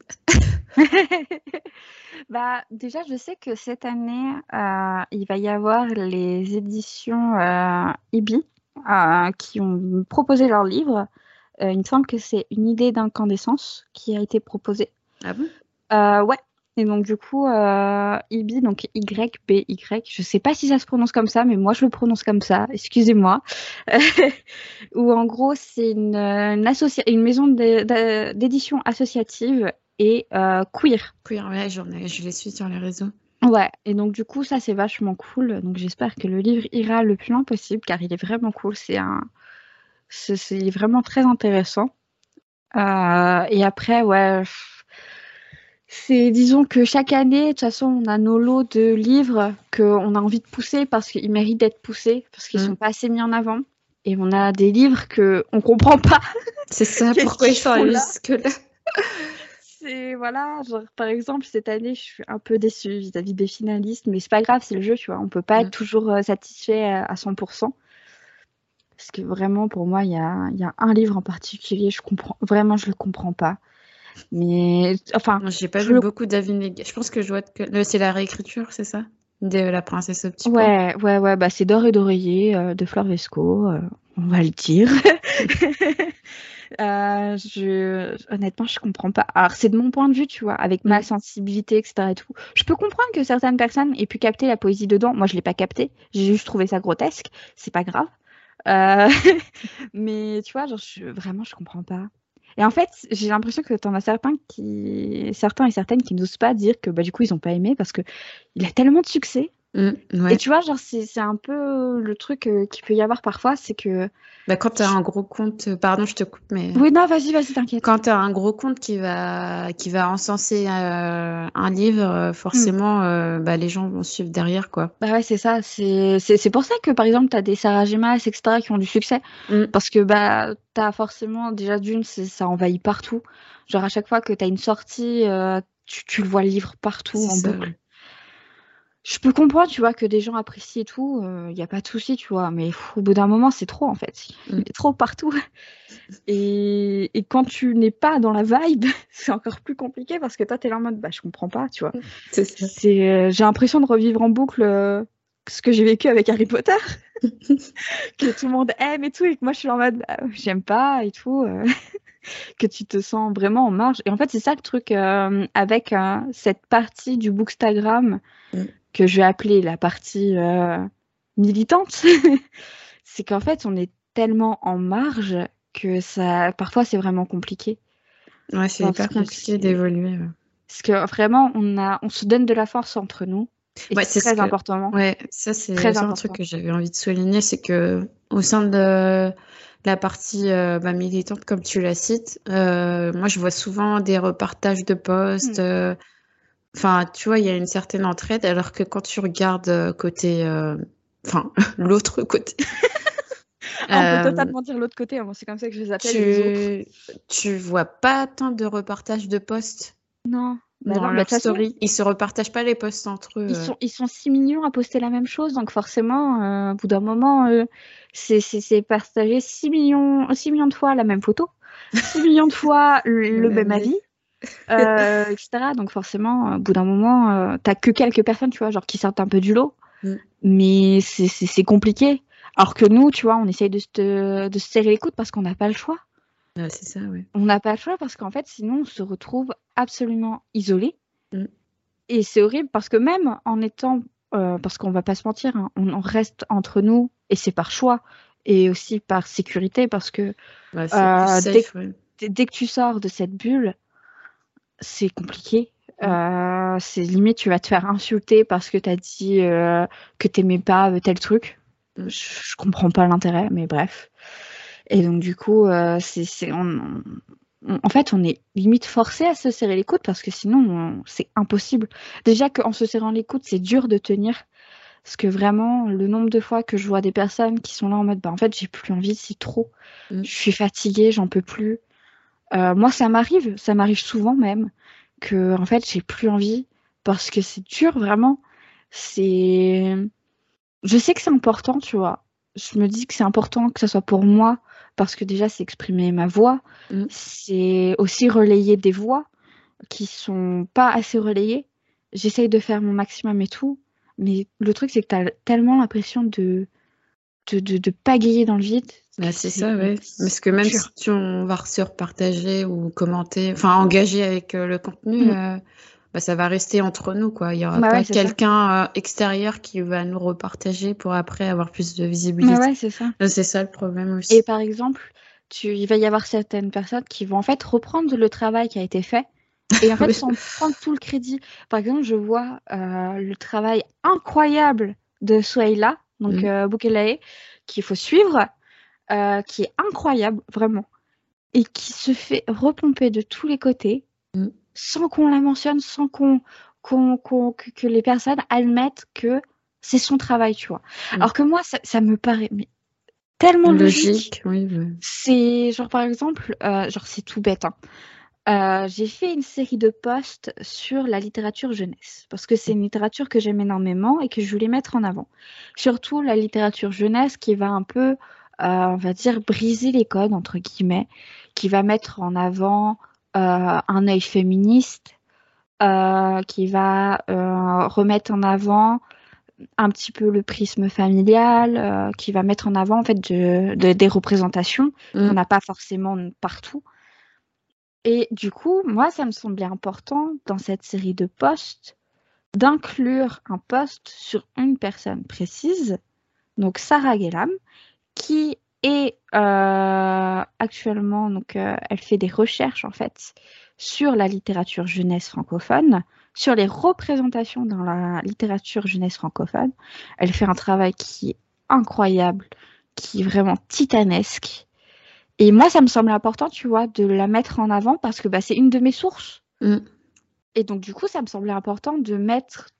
S2: Bah, déjà, je sais que cette année, il va y avoir les éditions IBI qui ont proposé leur livre. Il me semble que c'est Une idée d'incandescence qui a été proposée.
S1: Ah bon?
S2: Ouais. Et donc, du coup, IBI, donc YBY, je sais pas si ça se prononce comme ça, mais moi, je le prononce comme ça, excusez-moi. Où en gros, c'est une maison d'édition associative et queer.
S1: Queer, ouais, je les suis sur les réseaux.
S2: Ouais, et donc du coup, ça c'est vachement cool. Donc j'espère que le livre ira le plus loin possible car il est vraiment cool. C'est vraiment très intéressant. Et après, ouais, disons que chaque année, de toute façon, on a nos lots de livres qu'on a envie de pousser parce qu'ils méritent d'être poussés, parce qu'ils sont pas assez mis en avant. Et on a des livres que on comprend pas.
S1: C'est ça,
S2: Qu'est-ce
S1: pourquoi ils
S2: qu'ils
S1: sont
S2: font
S1: allés
S2: là
S1: jusque-là?
S2: C'est voilà, genre par exemple cette année, je suis un peu déçue vis-à-vis des finalistes, mais c'est pas grave, c'est le jeu, tu vois. On peut pas être toujours satisfait à 100%. Parce que vraiment, pour moi, il y a un livre en particulier, je le comprends pas. Mais enfin,
S1: Moi, j'ai pas
S2: je
S1: vu
S2: le
S1: beaucoup d'avis négatifs. Je pense que je vois que c'est la réécriture, c'est ça? De La princesse au petit pois.
S2: ouais, bah c'est D'or et d'oreiller de Fleur Vesco, on va le dire. Honnêtement, je comprends pas. Alors, c'est de mon point de vue, tu vois, avec ma sensibilité, etc. et tout. Je peux comprendre que certaines personnes aient pu capter la poésie dedans. Moi, je l'ai pas capté. J'ai juste trouvé ça grotesque. C'est pas grave. Euh, Mais tu vois, genre, vraiment, je comprends pas. Et en fait, j'ai l'impression que t'en as certains et certaines qui n'osent pas dire que bah, du coup, ils ont pas aimé parce que il a tellement de succès. Et
S1: Ouais.
S2: tu vois, genre, c'est un peu le truc qu'il peut y avoir parfois, c'est que.
S1: Bah, quand tu as un gros compte, pardon, je te coupe, mais
S2: Oui, non, vas-y, t'inquiète.
S1: quand tu as un gros compte qui va encenser un livre,
S2: Hmm.
S1: forcément, bah, les gens vont suivre derrière, quoi.
S2: Bah ouais, c'est ça. C'est pour ça que, par exemple, t'as des Sarah Gemas, etc., qui ont du succès.
S1: Mm.
S2: Parce que, bah, t'as forcément, déjà d'une, ça envahit partout. Genre, à chaque fois que t'as une sortie, tu le vois le livre partout,
S1: C'est
S2: en
S1: ça,
S2: boucle.
S1: ouais.
S2: Je peux comprendre, tu vois, que des gens apprécient et tout, il n'y a pas de souci, tu vois, mais au bout d'un moment, c'est trop, en fait. Il est trop partout. Et quand tu n'es pas dans la vibe, c'est encore plus compliqué parce que toi, t'es là en mode, bah, je comprends pas, tu vois.
S1: C'est ça.
S2: J'ai l'impression de revivre en boucle ce que j'ai vécu avec Harry Potter, que tout le monde aime et tout, et que moi, je suis là en mode, bah, j'aime pas et tout, que tu te sens vraiment en marge. Et en fait, c'est ça le truc avec cette partie du Bookstagram que je vais appeler la partie militante, c'est qu'en fait, on est tellement en marge que ça, parfois, c'est vraiment compliqué.
S1: Ouais, c'est
S2: Parce
S1: hyper
S2: que
S1: compliqué d'évoluer. Ouais,
S2: parce que vraiment, on se donne de la force entre nous, et
S1: ouais,
S2: c'est très important.
S1: ouais, ça,
S2: C'est
S1: c'est
S2: très
S1: aussi un truc
S2: important.
S1: que j'avais envie de souligner, c'est que au sein de la partie bah, militante, comme tu la cites, moi, je vois souvent des repartages de posts.
S2: Hmm.
S1: Enfin, tu vois, il y a une certaine entraide, alors que quand tu regardes côté, enfin, l'autre côté,
S2: Ah, on peut
S1: euh,
S2: totalement dire l'autre côté, hein, moi, c'est comme ça que je les appelle, les autres.
S1: tu vois pas tant de repartages de posts
S2: Non, bah
S1: dans
S2: non, bah de
S1: leur
S2: toute façon,
S1: story. Ils se repartagent pas les posts entre eux.
S2: ils sont 6 millions à poster la même chose, donc forcément, au bout d'un moment, c'est partager 6 millions de fois la même photo, 6 millions de fois
S1: Le
S2: le
S1: même
S2: même
S1: avis.
S2: avis. etc. Donc forcément, au bout d'un moment, t'as que quelques personnes, tu vois, genre qui sortent un peu du lot,
S1: Mm.
S2: mais c'est compliqué. Alors que nous, tu vois, on essaye de se serrer les coudes parce qu'on n'a pas le choix.
S1: Ouais, c'est ça, ouais.
S2: On n'a pas le choix parce qu'en fait, sinon, on se retrouve absolument isolé.
S1: Mm.
S2: Et c'est horrible parce que même en étant, parce qu'on va pas se mentir, hein, on reste entre nous et c'est par choix et aussi par sécurité parce que
S1: Ouais, c'est plus
S2: dès,
S1: safe, ouais.
S2: dès que tu sors de cette bulle, c'est compliqué.
S1: Mm.
S2: C'est limite, tu vas te faire insulter parce que tu as dit que t'aimais pas tel truc.
S1: Mm.
S2: Je comprends pas l'intérêt, mais bref. Et donc, du coup, en fait, on est limite forcé à se serrer les coudes parce que sinon, c'est impossible. Déjà qu'en se serrant les coudes, c'est dur de tenir. Parce que vraiment, le nombre de fois que je vois des personnes qui sont là en mode, bah, en fait, j'ai plus envie, c'est trop.
S1: Mm.
S2: Je suis fatiguée, j'en peux plus. Moi, ça m'arrive souvent même que, en fait, j'ai plus envie parce que c'est dur, vraiment. C'est, je sais que c'est important, tu vois. Je me dis que c'est important que ça soit pour moi parce que déjà, c'est exprimer ma voix.
S1: Mm.
S2: C'est aussi relayer des voix qui sont pas assez relayées. J'essaye de faire mon maximum et tout. Mais le truc, c'est que tu as tellement l'impression de pagayer dans le vide que
S1: Bah, c'est ça, ouais. Parce que
S2: c'est
S1: même
S2: dur.
S1: si on va se repartager ou commenter, enfin engager avec le contenu,
S2: Mm.
S1: bah, ça va rester entre nous, quoi. Il n'y aura
S2: Bah
S1: pas
S2: ouais, c'est ça.
S1: quelqu'un extérieur qui va nous repartager pour après avoir plus de
S2: Bah
S1: visibilité.
S2: ouais, c'est ça.
S1: C'est ça le problème
S2: Et
S1: aussi.
S2: par exemple, il va y avoir certaines personnes qui vont en fait reprendre le travail qui a été fait et en fait
S1: Oui.
S2: sans prendre tout le crédit. Par exemple, je vois le travail incroyable de Souhaila, donc
S1: Mm.
S2: Boukelae, qu'il faut suivre, qui est incroyable, vraiment, et qui se fait repomper de tous les côtés
S1: Mm.
S2: sans qu'on la mentionne, sans que les personnes admettent que c'est son travail, tu vois.
S1: Mm.
S2: Alors que moi, ça me paraît mais, tellement logique.
S1: Logique, oui. Ouais.
S2: C'est genre par exemple, genre c'est tout bête, hein. J'ai fait une série de posts sur la littérature jeunesse parce que c'est une littérature que j'aime énormément et que je voulais mettre en avant. Surtout la littérature jeunesse qui va un peu, on va dire, briser les codes entre guillemets, qui va mettre en avant un œil féministe, qui va remettre en avant un petit peu le prisme familial, qui va mettre en avant en fait des représentations qu'on
S1: Mm.
S2: n'a pas forcément partout. Et du coup, moi, ça me semblait important dans cette série de posts d'inclure un post sur une personne précise, donc Sarah Gellam, qui est actuellement, donc elle fait des recherches en fait sur la littérature jeunesse francophone, sur les représentations dans la littérature jeunesse francophone. Elle fait un travail qui est incroyable, qui est vraiment titanesque. Et moi, ça me semble important, tu vois, de la mettre en avant parce que bah, c'est une de mes sources.
S1: Mm.
S2: Et donc, du coup, ça me semblait important de mettre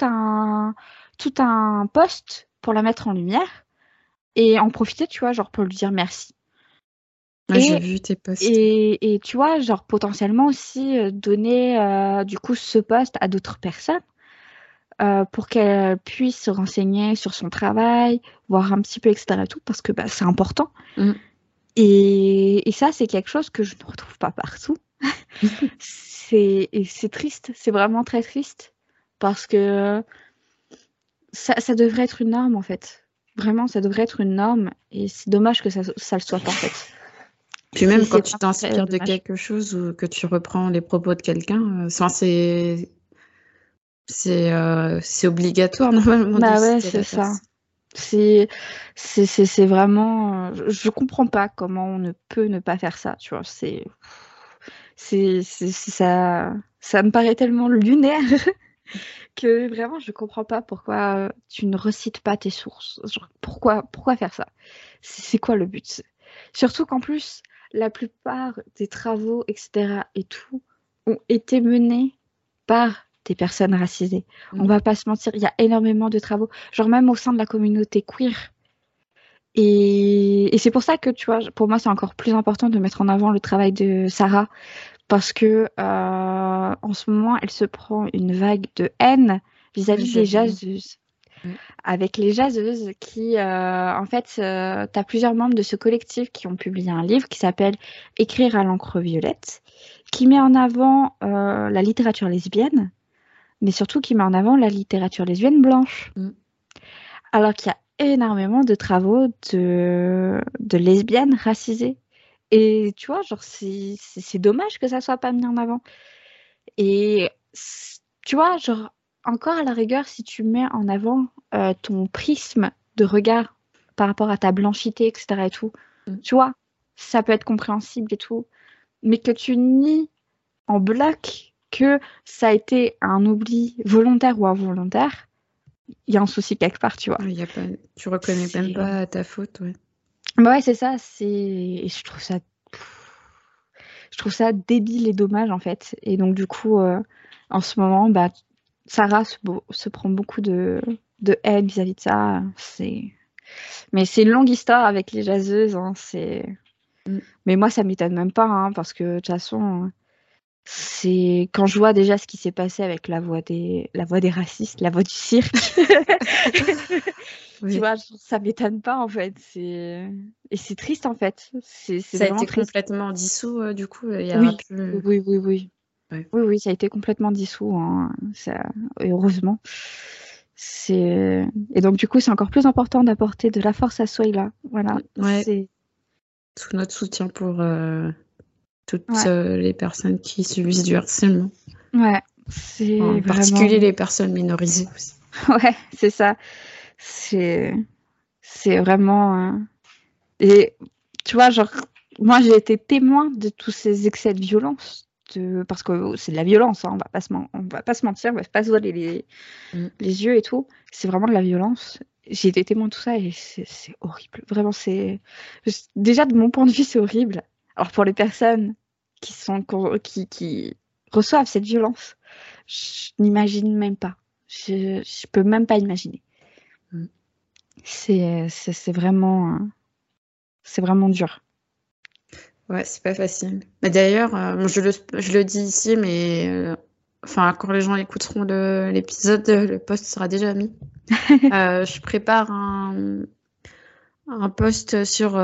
S2: tout un post pour la mettre en lumière et en profiter, tu vois, genre pour lui dire merci.
S1: Ouais, j'ai
S2: Et,
S1: vu tes posts.
S2: et tu vois, genre potentiellement aussi donner du coup ce post à d'autres personnes pour qu'elles puissent se renseigner sur son travail, voir un petit peu, etc. Tout, parce que bah, c'est important.
S1: Mm.
S2: Et ça, c'est quelque chose que je ne retrouve pas partout. C'est triste, c'est vraiment très triste parce que ça devrait être une norme en fait. Vraiment, ça devrait être une norme et c'est dommage que ça le soit pas en fait.
S1: Puis même quand
S2: C'est
S1: tu
S2: vraiment très
S1: t'inspires de
S2: dommage.
S1: quelque chose ou que tu reprends les propos de quelqu'un, enfin, c'est obligatoire normalement de
S2: Bah ouais,
S1: citer
S2: c'est
S1: la
S2: ça.
S1: personne.
S2: C'est c'est vraiment. Je comprends pas comment on ne peut ne pas faire ça. Tu vois, ça. Ça me paraît tellement lunaire que vraiment je comprends pas pourquoi tu ne recites pas tes sources. Genre, pourquoi faire ça? C'est quoi le but? Surtout qu'en plus, la plupart des travaux, etc. et tout, ont été menés par des personnes racisées. On
S1: Mm.
S2: va pas se mentir, il y a énormément de travaux, genre même au sein de la communauté queer. Et c'est pour ça que, tu vois, pour moi, c'est encore plus important de mettre en avant le travail de Sarah, parce que en ce moment, elle se prend une vague de haine
S1: Ouais,
S2: vis-à-vis
S1: j'ai
S2: des
S1: vu.
S2: jaseuses. avec les jaseuses qui, en fait, t'as plusieurs membres de ce collectif qui ont publié un livre qui s'appelle Écrire à l'encre violette, qui met en avant la littérature lesbienne, mais surtout qui met en avant la littérature lesbienne blanche. Alors qu'il y a énormément de travaux de lesbiennes racisées. Et tu vois, genre, c'est dommage que ça soit pas mis en avant. Et tu vois, genre, encore à la rigueur, si tu mets en avant ton prisme de regard par rapport à ta blanchité, etc. et tout, tu vois, ça peut être compréhensible et tout. Mais que tu nies en bloc que ça a été un oubli volontaire ou involontaire, il y a un souci quelque part, tu vois.
S1: Tu reconnais même pas ta faute, ouais.
S2: Ouais, c'est ça. Et je trouve ça débile et dommage, en fait. Et donc, du coup, en ce moment, bah, Sarah se prend beaucoup de haine vis-à-vis de ça. Mais c'est une longue histoire avec les jaseuses. Hein, Mais moi, ça m'étonne même pas, hein, parce que de toute façon, c'est quand je vois déjà ce qui s'est passé avec la voix des racistes, la voix du cirque. Tu vois, ça m'étonne pas en fait. Et c'est triste en fait. C'est
S1: Ça a
S2: vraiment
S1: été
S2: triste.
S1: complètement dissous, du coup, il y aura plus.
S2: Oui.
S1: Ouais.
S2: Oui, ça a été complètement dissous, hein, et heureusement. Et donc, du coup, c'est encore plus important d'apporter de la force à Soyla. Voilà.
S1: Ouais. Tout notre soutien pour toutes les personnes qui subissent du harcèlement.
S2: Ouais, c'est
S1: en
S2: vraiment...
S1: particulier les personnes minorisées aussi.
S2: Ouais, c'est ça. C'est vraiment... Et tu vois, genre, moi, j'ai été témoin de tous ces excès de violence. Parce que c'est de la violence, hein, on va pas se mentir, on va pas se voiler les yeux et tout. C'est vraiment de la violence. J'ai été témoin de tout ça et c'est horrible. Vraiment, déjà, de mon point de vue, c'est horrible. Alors, pour les personnes qui reçoivent cette violence, je n'imagine même pas. Je peux même pas imaginer. C'est vraiment dur.
S1: Ouais, c'est pas facile. Mais d'ailleurs, je le dis ici, mais quand les gens écouteront l'épisode, le post sera déjà mis. Je prépare un post sur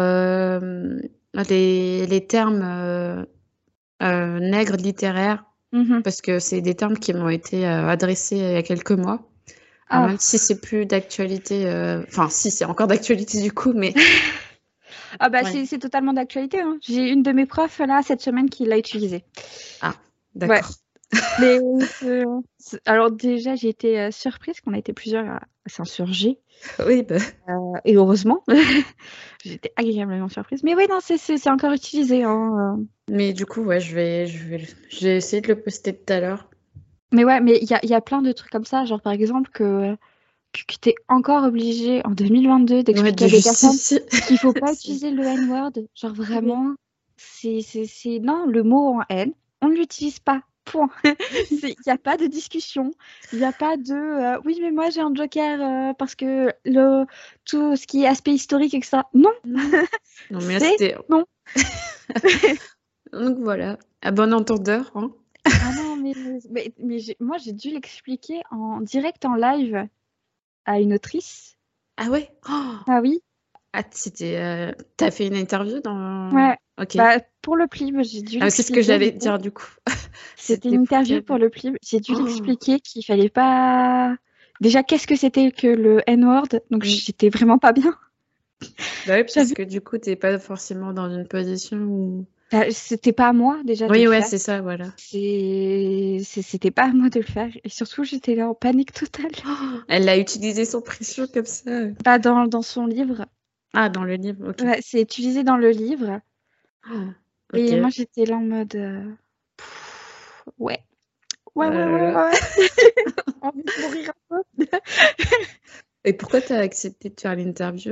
S1: les termes nègres littéraires, parce que c'est des termes qui m'ont été adressés il y a quelques mois. Alors, même si c'est plus d'actualité, si c'est encore d'actualité du coup, mais...
S2: Ah bah c'est totalement d'actualité. Hein. J'ai une de mes profs là cette semaine qui l'a utilisé.
S1: Ah, d'accord.
S2: Ouais. Mais alors déjà j'ai été surprise qu'on a été plusieurs à s'insurger.
S1: Oui,
S2: et heureusement, j'étais agréablement surprise. Mais oui, non, c'est encore utilisé. Hein.
S1: Mais du coup, ouais, je vais essayer de le poster tout à l'heure.
S2: Mais ouais, mais il y a plein de trucs comme ça, genre par exemple que t'es encore obligé en 2022 d'expliquer à des personnes qu'il faut pas utiliser le N-word. Genre vraiment, non, le mot en N, on ne l'utilise pas. Point. Il n'y a pas de discussion. Il n'y a pas de oui, mais moi j'ai un joker parce que tout ce qui est aspect historique, etc. Non.
S1: Non, mais là c'était.
S2: Non.
S1: Donc voilà, à bon entendeur. Hein.
S2: Ah non, mais moi j'ai dû l'expliquer en direct en live à une autrice.
S1: Ah ouais.
S2: Ah oui.
S1: Ah, t'as fait une interview dans...
S2: Ouais.
S1: Ok.
S2: Bah, pour le PLIB, j'ai dû l'expliquer.
S1: C'est ce que j'allais dire du coup.
S2: C'était une interview pour le PLIB. J'ai dû l'expliquer qu'il fallait pas... Déjà, qu'est-ce que c'était que le N-word? Donc, j'étais vraiment pas bien.
S1: Bah oui, parce que du coup, t'es pas forcément dans une position où...
S2: C'était pas à moi, déjà, de
S1: le faire.
S2: Oui,
S1: c'est ça, voilà.
S2: C'était pas à moi de le faire. Et surtout, j'étais là en panique totale.
S1: Elle a utilisé son pression comme ça.
S2: Pas dans son livre.
S1: Ah, dans le livre, ok.
S2: Ouais, c'est utilisé dans le livre.
S1: Okay.
S2: Et moi, j'étais là en mode... Ouais. Ouais. Envie de mourir un peu.
S1: Et pourquoi tu as accepté de faire l'interview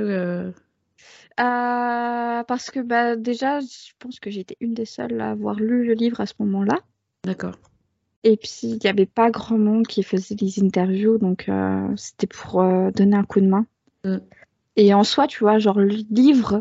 S2: Parce que déjà, je pense que j'étais une des seules à avoir lu le livre à ce moment-là.
S1: D'accord.
S2: Et puis, il n'y avait pas grand monde qui faisait des interviews, donc c'était pour donner un coup de main. Et en soi, tu vois, genre le livre,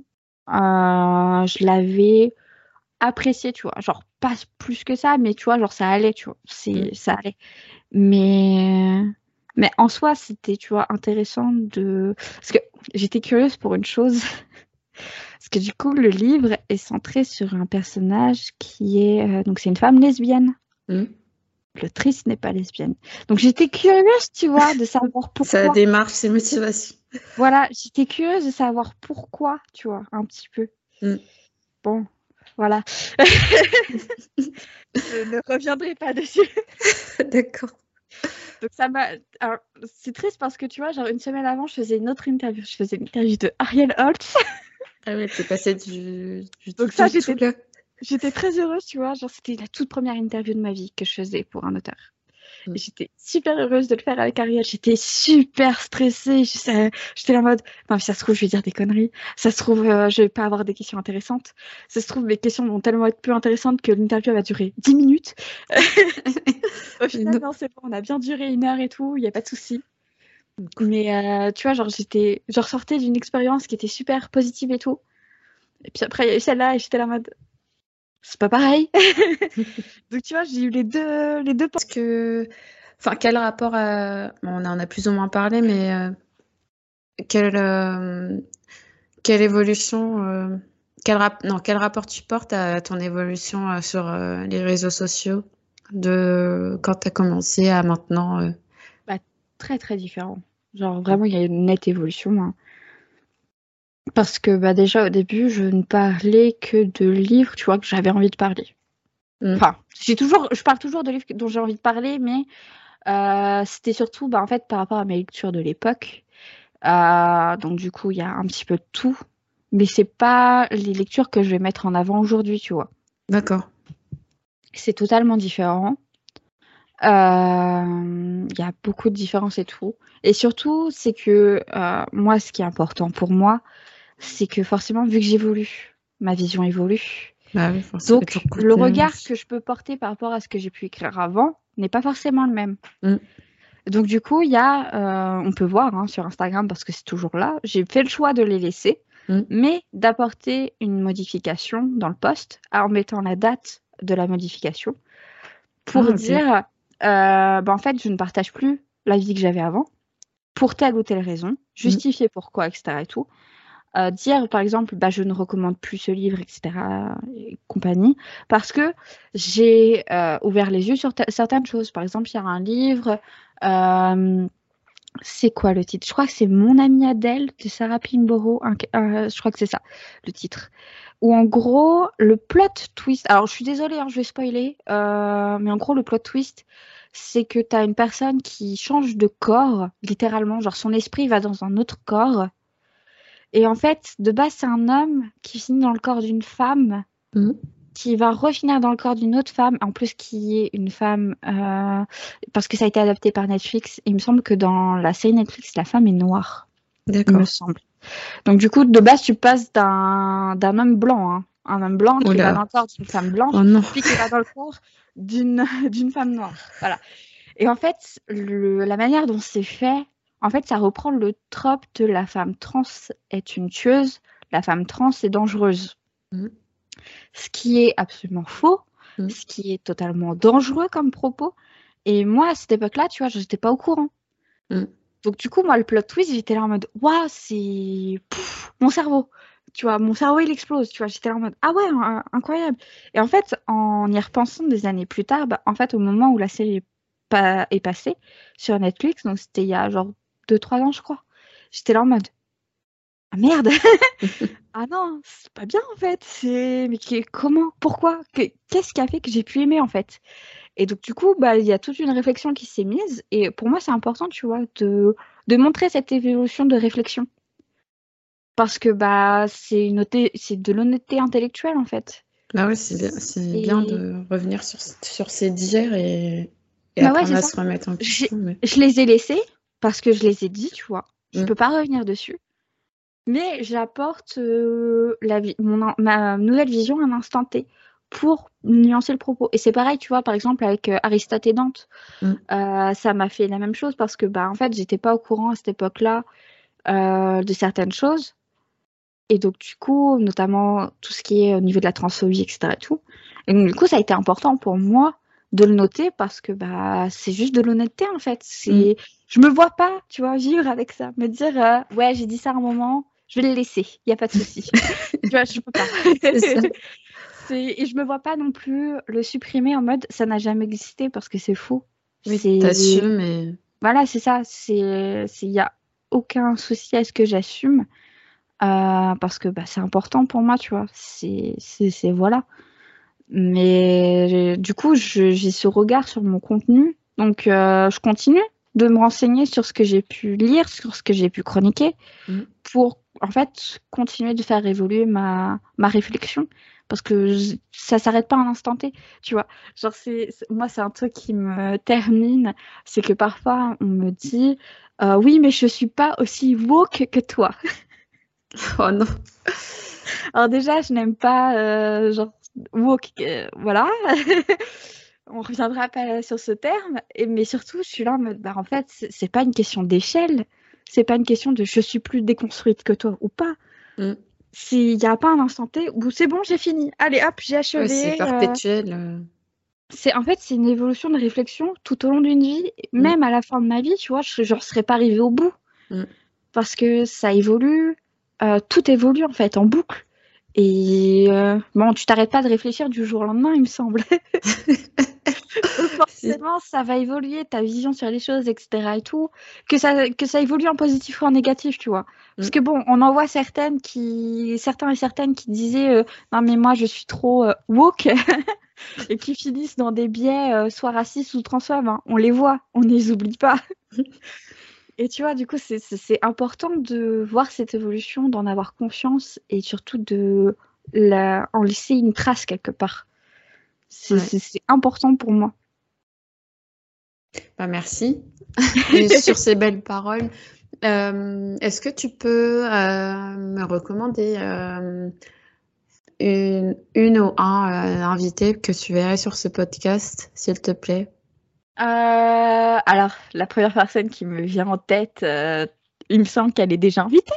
S2: je l'avais apprécié, tu vois. Genre pas plus que ça, mais tu vois, genre ça allait, tu vois. Ça allait. Mais Mais en soi, c'était, tu vois, intéressant Parce que j'étais curieuse pour une chose. Parce que du coup, le livre est centré sur un personnage qui est... donc, c'est une femme lesbienne. L'autrice n'est pas lesbienne. Donc, j'étais curieuse, tu vois, de savoir pourquoi.
S1: Sa démarche, ses motivations.
S2: Voilà, j'étais curieuse de savoir pourquoi, tu vois, un petit peu. Bon, voilà. Je ne reviendrai pas dessus.
S1: D'accord.
S2: Donc ça m'a. Alors, c'est triste parce que tu vois, genre une semaine avant, je faisais une autre interview. Je faisais une interview de Ariel Holtz.
S1: Ah ouais, t'es passée du
S2: Donc ça,
S1: tout là.
S2: j'étais très heureuse, tu vois. Genre, c'était la toute première interview de ma vie que je faisais pour un auteur. Et j'étais super heureuse de le faire avec Ariel. J'étais super stressée. J'étais là en mode, non, mais ça se trouve, je vais dire des conneries. Ça se trouve, je vais pas avoir des questions intéressantes. Ça se trouve, mes questions vont tellement être peu intéressantes que l'interview va durer 10 minutes. Au final, non, c'est bon, on a bien duré 1 heure et tout. Il n'y a pas de souci. Mais tu vois, genre, je ressortais d'une expérience qui était super positive et tout. Et puis après, il y a eu celle-là et j'étais là en mode, c'est pas pareil. Donc, tu vois, j'ai eu les deux
S1: Parce que, enfin, quel rapport on en a plus ou moins parlé, mais quelle évolution, quel rapport tu portes à ton évolution sur les réseaux sociaux de quand tu as commencé à maintenant
S2: Bah, très, très différent. Genre, vraiment, il y a une nette évolution. Hein. Parce que bah, déjà, au début, je ne parlais que de livres, tu vois, que j'avais envie de parler. Enfin, je parle toujours de livres dont j'ai envie de parler, mais c'était surtout bah, en fait, par rapport à mes lectures de l'époque. Donc, du coup, il y a un petit peu de tout. Mais c'est pas les lectures que je vais mettre en avant aujourd'hui, tu vois.
S1: D'accord.
S2: C'est totalement différent. Il y a beaucoup de différences et tout. Et surtout, c'est que moi, ce qui est important pour moi, c'est que forcément, vu que j'évolue, ma vision évolue.
S1: Bah oui, forcément.
S2: Donc, le regard que je peux porter par rapport à ce que j'ai pu écrire avant n'est pas forcément le même. Donc, du coup, il y a, on peut voir hein, sur Instagram, parce que c'est toujours là, j'ai fait le choix de les laisser, mais d'apporter une modification dans le post en mettant la date de la modification pour dire, bah, en fait, je ne partage plus la vie que j'avais avant pour telle ou telle raison, justifier pourquoi, etc. et tout. Dire par exemple bah, je ne recommande plus ce livre, etc. et compagnie, parce que j'ai ouvert les yeux sur certaines choses. Par exemple, il y a un livre, c'est quoi le titre? Je crois que c'est Mon amie Adèle de Sarah Pinborough, je crois que c'est ça, le titre. Où en gros, le plot twist, alors je suis désolée, hein, je vais spoiler, mais en gros, le plot twist, c'est que tu as une personne qui change de corps, littéralement, genre son esprit va dans un autre corps. Et en fait, de base, c'est un homme qui finit dans le corps d'une femme, qui va refinir dans le corps d'une autre femme, en plus qui est une femme, parce que ça a été adapté par Netflix. Il me semble que dans la série Netflix, la femme est noire.
S1: D'accord.
S2: Il me semble. Donc du coup, de base, tu passes d'un homme blanc, hein, un homme blanc qui va dans le corps d'une femme blanche, puis qui va dans le corps d'une femme noire. Voilà. Et en fait, la manière dont c'est fait, en fait, ça reprend le trope de la femme trans est une tueuse, la femme trans est dangereuse. Ce qui est absolument faux, ce qui est totalement dangereux comme propos. Et moi, à cette époque-là, tu vois, je n'étais pas au courant. Donc du coup, moi, le plot twist, j'étais là en mode, waouh, c'est mon cerveau. Tu vois, mon cerveau, il explose. Tu vois, j'étais là en mode, ah ouais, incroyable. Et en fait, en y repensant des années plus tard, bah, en fait, au moment où la série est passée sur Netflix, donc c'était il y a genre 2-3 ans, je crois, j'étais là en mode, ah merde. Ah non, c'est pas bien en fait. Mais comment? Pourquoi? Qu'est-ce qui a fait que j'ai pu aimer en fait? Et donc du coup, bah il y a toute une réflexion qui s'est mise. Et pour moi, c'est important, tu vois, de montrer cette évolution de réflexion. Parce que bah c'est de l'honnêteté intellectuelle en fait.
S1: Ah ouais, c'est bien de revenir sur ces dires et
S2: bah
S1: apprendre
S2: ouais,
S1: à se remettre en question.
S2: Je les ai laissés parce que je les ai dit, tu vois. Je peux pas revenir dessus. Mais j'apporte ma nouvelle vision à un instant T pour nuancer le propos. Et c'est pareil, tu vois, par exemple, avec Aristote et Dante. Ça m'a fait la même chose parce que, bah, en fait, j'étais pas au courant à cette époque-là de certaines choses. Et donc, du coup, notamment tout ce qui est au niveau de la transphobie, etc. Et tout. Et donc, du coup, ça a été important pour moi de le noter parce que bah, c'est juste de l'honnêteté, en fait. je me vois pas, tu vois, vivre avec ça. Me dire, ouais, j'ai dit ça à un moment, je vais le laisser, il n'y a pas de souci. Tu vois, je peux pas.
S1: C'est ça.
S2: Et je me vois pas non plus le supprimer en mode ça n'a jamais existé parce que c'est faux.
S1: Oui,
S2: C'est
S1: t'assumes et...
S2: Voilà, c'est ça. Il y a aucun souci à ce que j'assume parce que c'est important pour moi, tu vois. Voilà. Mais du coup, j'ai ce regard sur mon contenu. Donc, je continue de me renseigner sur ce que j'ai pu lire, sur ce que j'ai pu chroniquer, pour, en fait, continuer de faire évoluer ma réflexion. Parce que ça s'arrête pas à un instant T, tu vois. Genre, moi, c'est un truc qui me termine. C'est que parfois, on me dit, oui, mais je suis pas aussi woke que toi.
S1: Oh non.
S2: Alors déjà, je n'aime pas genre woke, voilà. On reviendra pas sur ce terme, mais surtout, je suis là en mode, en fait, c'est pas une question d'échelle, c'est pas une question de je suis plus déconstruite que toi ou pas. S'il n'y a pas un instant T où c'est bon, j'ai fini, allez hop, j'ai achevé.
S1: Ouais, c'est perpétuel.
S2: En fait, c'est une évolution de réflexion tout au long d'une vie, même à la fin de ma vie, tu vois, je ne serais pas arrivée au bout. Parce que ça évolue, tout évolue en fait en boucle. Et bon, tu t'arrêtes pas de réfléchir du jour au lendemain, il me semble. Donc forcément, ça va évoluer, ta vision sur les choses, etc. et tout. Que ça évolue en positif ou en négatif, tu vois. Parce que bon, on en voit certains et certaines qui disaient non mais moi je suis trop woke et qui finissent dans des biais soit racistes ou transphobes. Hein. On les voit, on ne les oublie pas. Et tu vois, du coup, c'est important de voir cette évolution, d'en avoir confiance et surtout de en laisser une trace quelque part. C'est important pour moi.
S1: Merci. Et sur ces belles paroles, est-ce que tu peux me recommander une ou un invité que tu verrais sur ce podcast, s'il te plaît?
S2: Alors, la première personne qui me vient en tête, il me semble qu'elle est déjà invitée.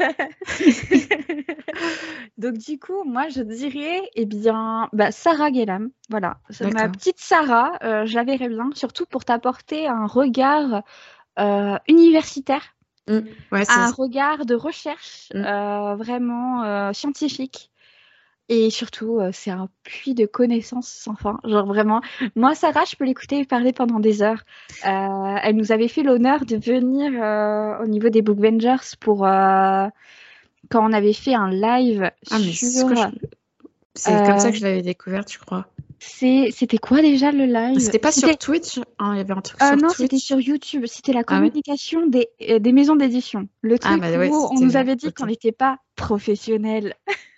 S2: Donc, du coup, moi, je dirais, Sarah Guélam. Voilà. Ma petite Sarah, je la verrais bien, surtout pour t'apporter un regard universitaire, un regard de recherche vraiment scientifique. Et surtout, c'est un puits de connaissances sans fin. Genre vraiment, moi, Sarah, je peux l'écouter parler pendant des heures. Elle nous avait fait l'honneur de venir au niveau des Bookvengers pour quand on avait fait un live sur...
S1: C'est comme ça que je l'avais découverte, je crois.
S2: C'était quoi déjà le live?
S1: C'était pas sur Twitch? Il y avait un truc sur
S2: non,
S1: Twitch.
S2: c'était sur YouTube. C'était la communication des maisons d'édition. Le truc où on nous avait dit qu'on n'était pas professionnels.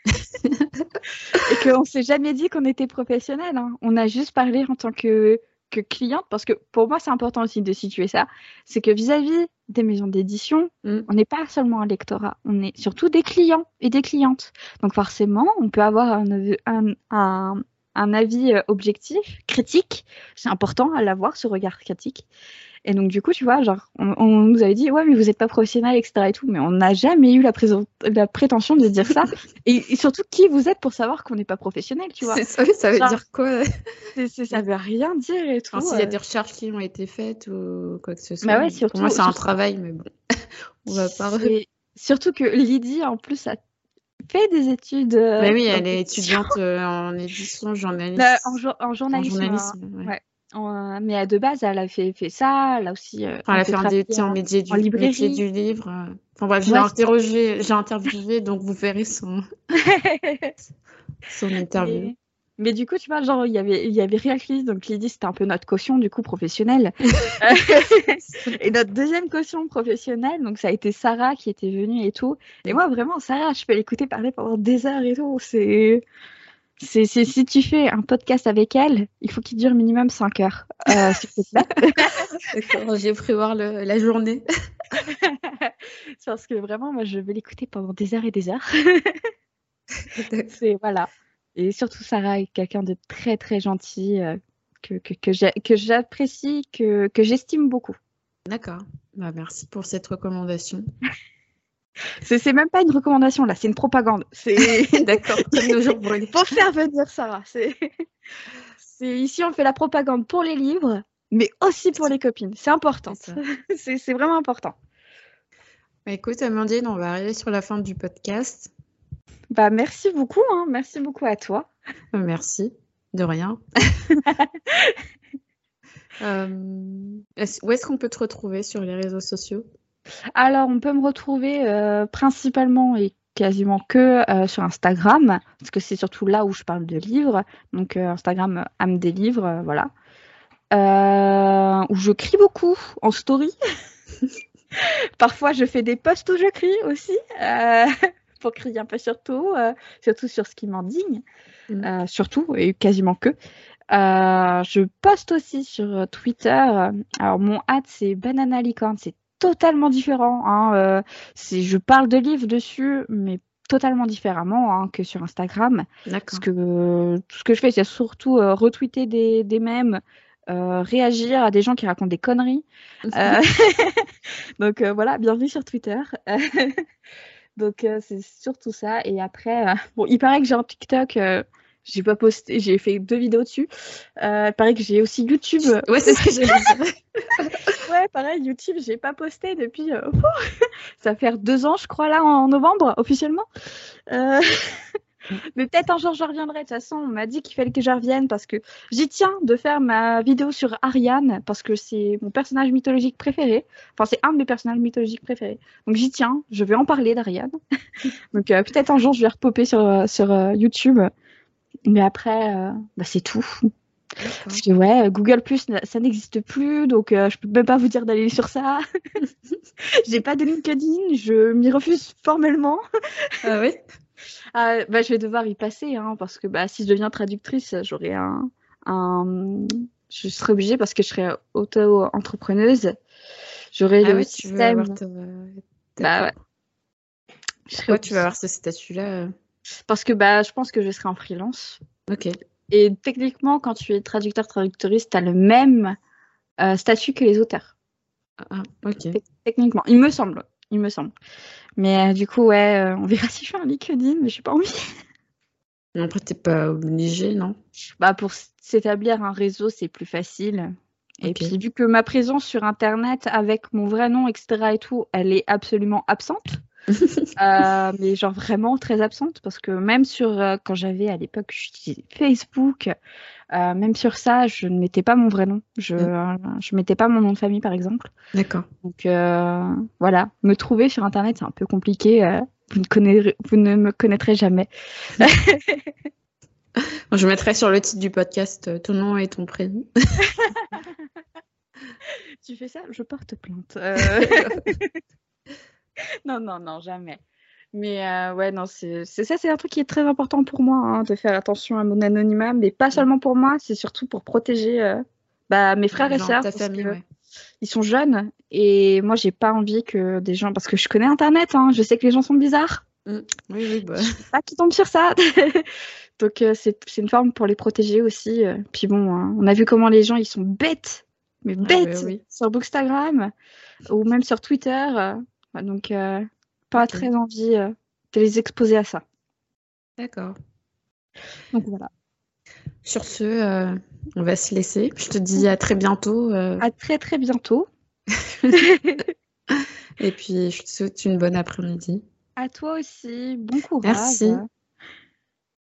S2: Et qu'on ne s'est jamais dit qu'on était professionnel. Hein. On a juste parlé en tant que cliente, parce que pour moi, c'est important aussi de situer ça. C'est que vis-à-vis des maisons d'édition, on n'est pas seulement un lectorat, on est surtout des clients et des clientes. Donc forcément, on peut avoir un avis objectif, critique. C'est important à l'avoir, ce regard critique. Et donc, du coup, tu vois, genre, on nous avait dit, ouais, mais vous n'êtes pas professionnel, etc. et tout. Mais on n'a jamais eu la prétention de dire ça. et surtout, qui vous êtes pour savoir qu'on n'est pas professionnel, tu vois.
S1: Ça veut dire quoi?
S2: Ça veut rien dire et tout.
S1: S'il y a des recherches qui ont été faites ou quoi que ce soit.
S2: Bah ouais, surtout,
S1: pour moi, c'est un travail, mais bon, on va pas...
S2: Surtout que Lydie, en plus, a fait des études...
S1: Mais oui, elle est étudiante en édition, journaliste.
S2: En journalisme.
S1: Ouais.
S2: Mais de base, elle a fait ça. Elle a aussi.
S1: Elle a fait un DUT en métier du livre. Enfin bref, j'ai interviewé, donc vous verrez son interview.
S2: Mais du coup, tu vois, genre, il y avait rien que Lydie. Donc Lydie, c'était un peu notre caution, du coup, professionnelle. Et notre deuxième caution professionnelle, donc ça a été Sarah qui était venue et tout. Et moi, vraiment, Sarah, je peux l'écouter parler pendant des heures et tout. Si tu fais un podcast avec elle, il faut qu'il dure minimum 5 heures.
S1: D'accord, j'ai prévoir la journée.
S2: Parce que vraiment, moi, je vais l'écouter pendant des heures et des heures. Voilà. Et surtout, Sarah est quelqu'un de très, très gentil, que j'apprécie, que j'estime beaucoup.
S1: D'accord. Merci pour cette recommandation.
S2: C'est même pas une recommandation, là, c'est une propagande.
S1: D'accord,
S2: pour faire venir Sarah. Ici, on fait la propagande pour les livres, mais aussi pour les copines. C'est important.
S1: C'est ça.
S2: C'est vraiment important.
S1: Bah, écoute, Amandine, on va arriver sur la fin du podcast.
S2: Bah, merci beaucoup, hein. Merci beaucoup à toi.
S1: Merci, de rien. Où est-ce qu'on peut te retrouver sur les réseaux sociaux?
S2: Alors, on peut me retrouver principalement et quasiment que sur Instagram, parce que c'est surtout là où je parle de livres. Donc, Instagram, Âme des livres, voilà. Où je crie beaucoup en story. Parfois, je fais des posts où je crie aussi, pour crier un peu surtout sur ce qui m'indigne, surtout et quasiment que. Je poste aussi sur Twitter. Alors, mon hâte, c'est Banana Licorne. C'est totalement différent, hein. Je parle de livres dessus, mais totalement différemment, hein, que sur Instagram. Parce que tout ce que je fais, c'est surtout retweeter des mèmes, réagir à des gens qui racontent des conneries. Donc voilà, bienvenue sur Twitter. Donc c'est surtout ça. Et après, bon, il paraît que j'ai un TikTok. J'ai pas posté, j'ai fait 2 vidéos dessus. Il paraît que j'ai aussi YouTube.
S1: Ouais, c'est ce que j'ai dit.
S2: Ouais, pareil, YouTube, j'ai pas posté depuis. Ça va faire 2 ans, je crois, là, en novembre, officiellement. Mais peut-être un jour je reviendrai. De toute façon, on m'a dit qu'il fallait que je revienne parce que j'y tiens de faire ma vidéo sur Ariane parce que c'est mon personnage mythologique préféré. Enfin, c'est un de mes personnages mythologiques préférés. Donc j'y tiens. Je vais en parler d'Ariane. Donc peut-être un jour je vais repopper sur YouTube. Mais après, bah, c'est tout. Parce que ouais, Google+, ça n'existe plus, donc je peux même pas vous dire d'aller sur ça. J'ai pas de LinkedIn, je m'y refuse formellement.
S1: Ah oui?
S2: Bah, je vais devoir y passer, hein, parce que bah, si je deviens traductrice, j'aurai je serai obligée parce que je serai auto-entrepreneuse. J'aurai le
S1: tu veux avoir
S2: système. Bah ouais.
S1: Pourquoi tu vas avoir ce statut-là?
S2: Parce que bah, je pense que je serai en freelance.
S1: Ok.
S2: Et techniquement, quand tu es traducteur-traductrice, tu as le même statut que les auteurs.
S1: Ah, ok.
S2: Techniquement, il me semble. Mais du coup, ouais, on verra si je fais un LinkedIn, mais j'ai pas envie.
S1: Après, t'es pas obligé, non?
S2: Bah, pour s'établir un réseau, c'est plus facile. Et
S1: Ok.
S2: puis, vu que ma présence sur Internet avec mon vrai nom, etc. et tout, elle est absolument absente. Mais genre vraiment très absente parce que même sur quand j'avais à l'époque j'utilisais Facebook, même sur ça je ne mettais pas mon vrai nom, je mettais pas mon nom de famille par exemple.
S1: D'accord.
S2: Donc voilà, me trouver sur internet c'est un peu compliqué, vous ne me connaîtrez jamais.
S1: Je mettrai sur le titre du podcast ton nom et ton prénom.
S2: Tu fais ça, je porte plainte. Non, jamais. Mais ouais, non, c'est ça, c'est un truc qui est très important pour moi, hein, de faire attention à mon anonymat, mais pas seulement pour moi, c'est surtout pour protéger mes frères et sœurs,
S1: ta
S2: parce
S1: famille,
S2: que
S1: ouais.
S2: ils sont jeunes, et moi, j'ai pas envie que des gens, parce que je connais Internet, hein, je sais que les gens sont bizarres.
S1: Oui, bah.
S2: Je veux pas qu'ils tombent sur ça. Donc, c'est une forme pour les protéger aussi. Puis bon, hein, on a vu comment les gens, ils sont bêtes, mais bêtes,
S1: oui.
S2: sur Bookstagram, ou même sur Twitter. Donc, pas très envie de les exposer à ça.
S1: D'accord.
S2: Donc voilà.
S1: Sur ce, on va se laisser. Je te dis à très bientôt.
S2: À très très bientôt.
S1: Et puis, je te souhaite une bonne après-midi.
S2: À toi aussi. Bon courage.
S1: Merci.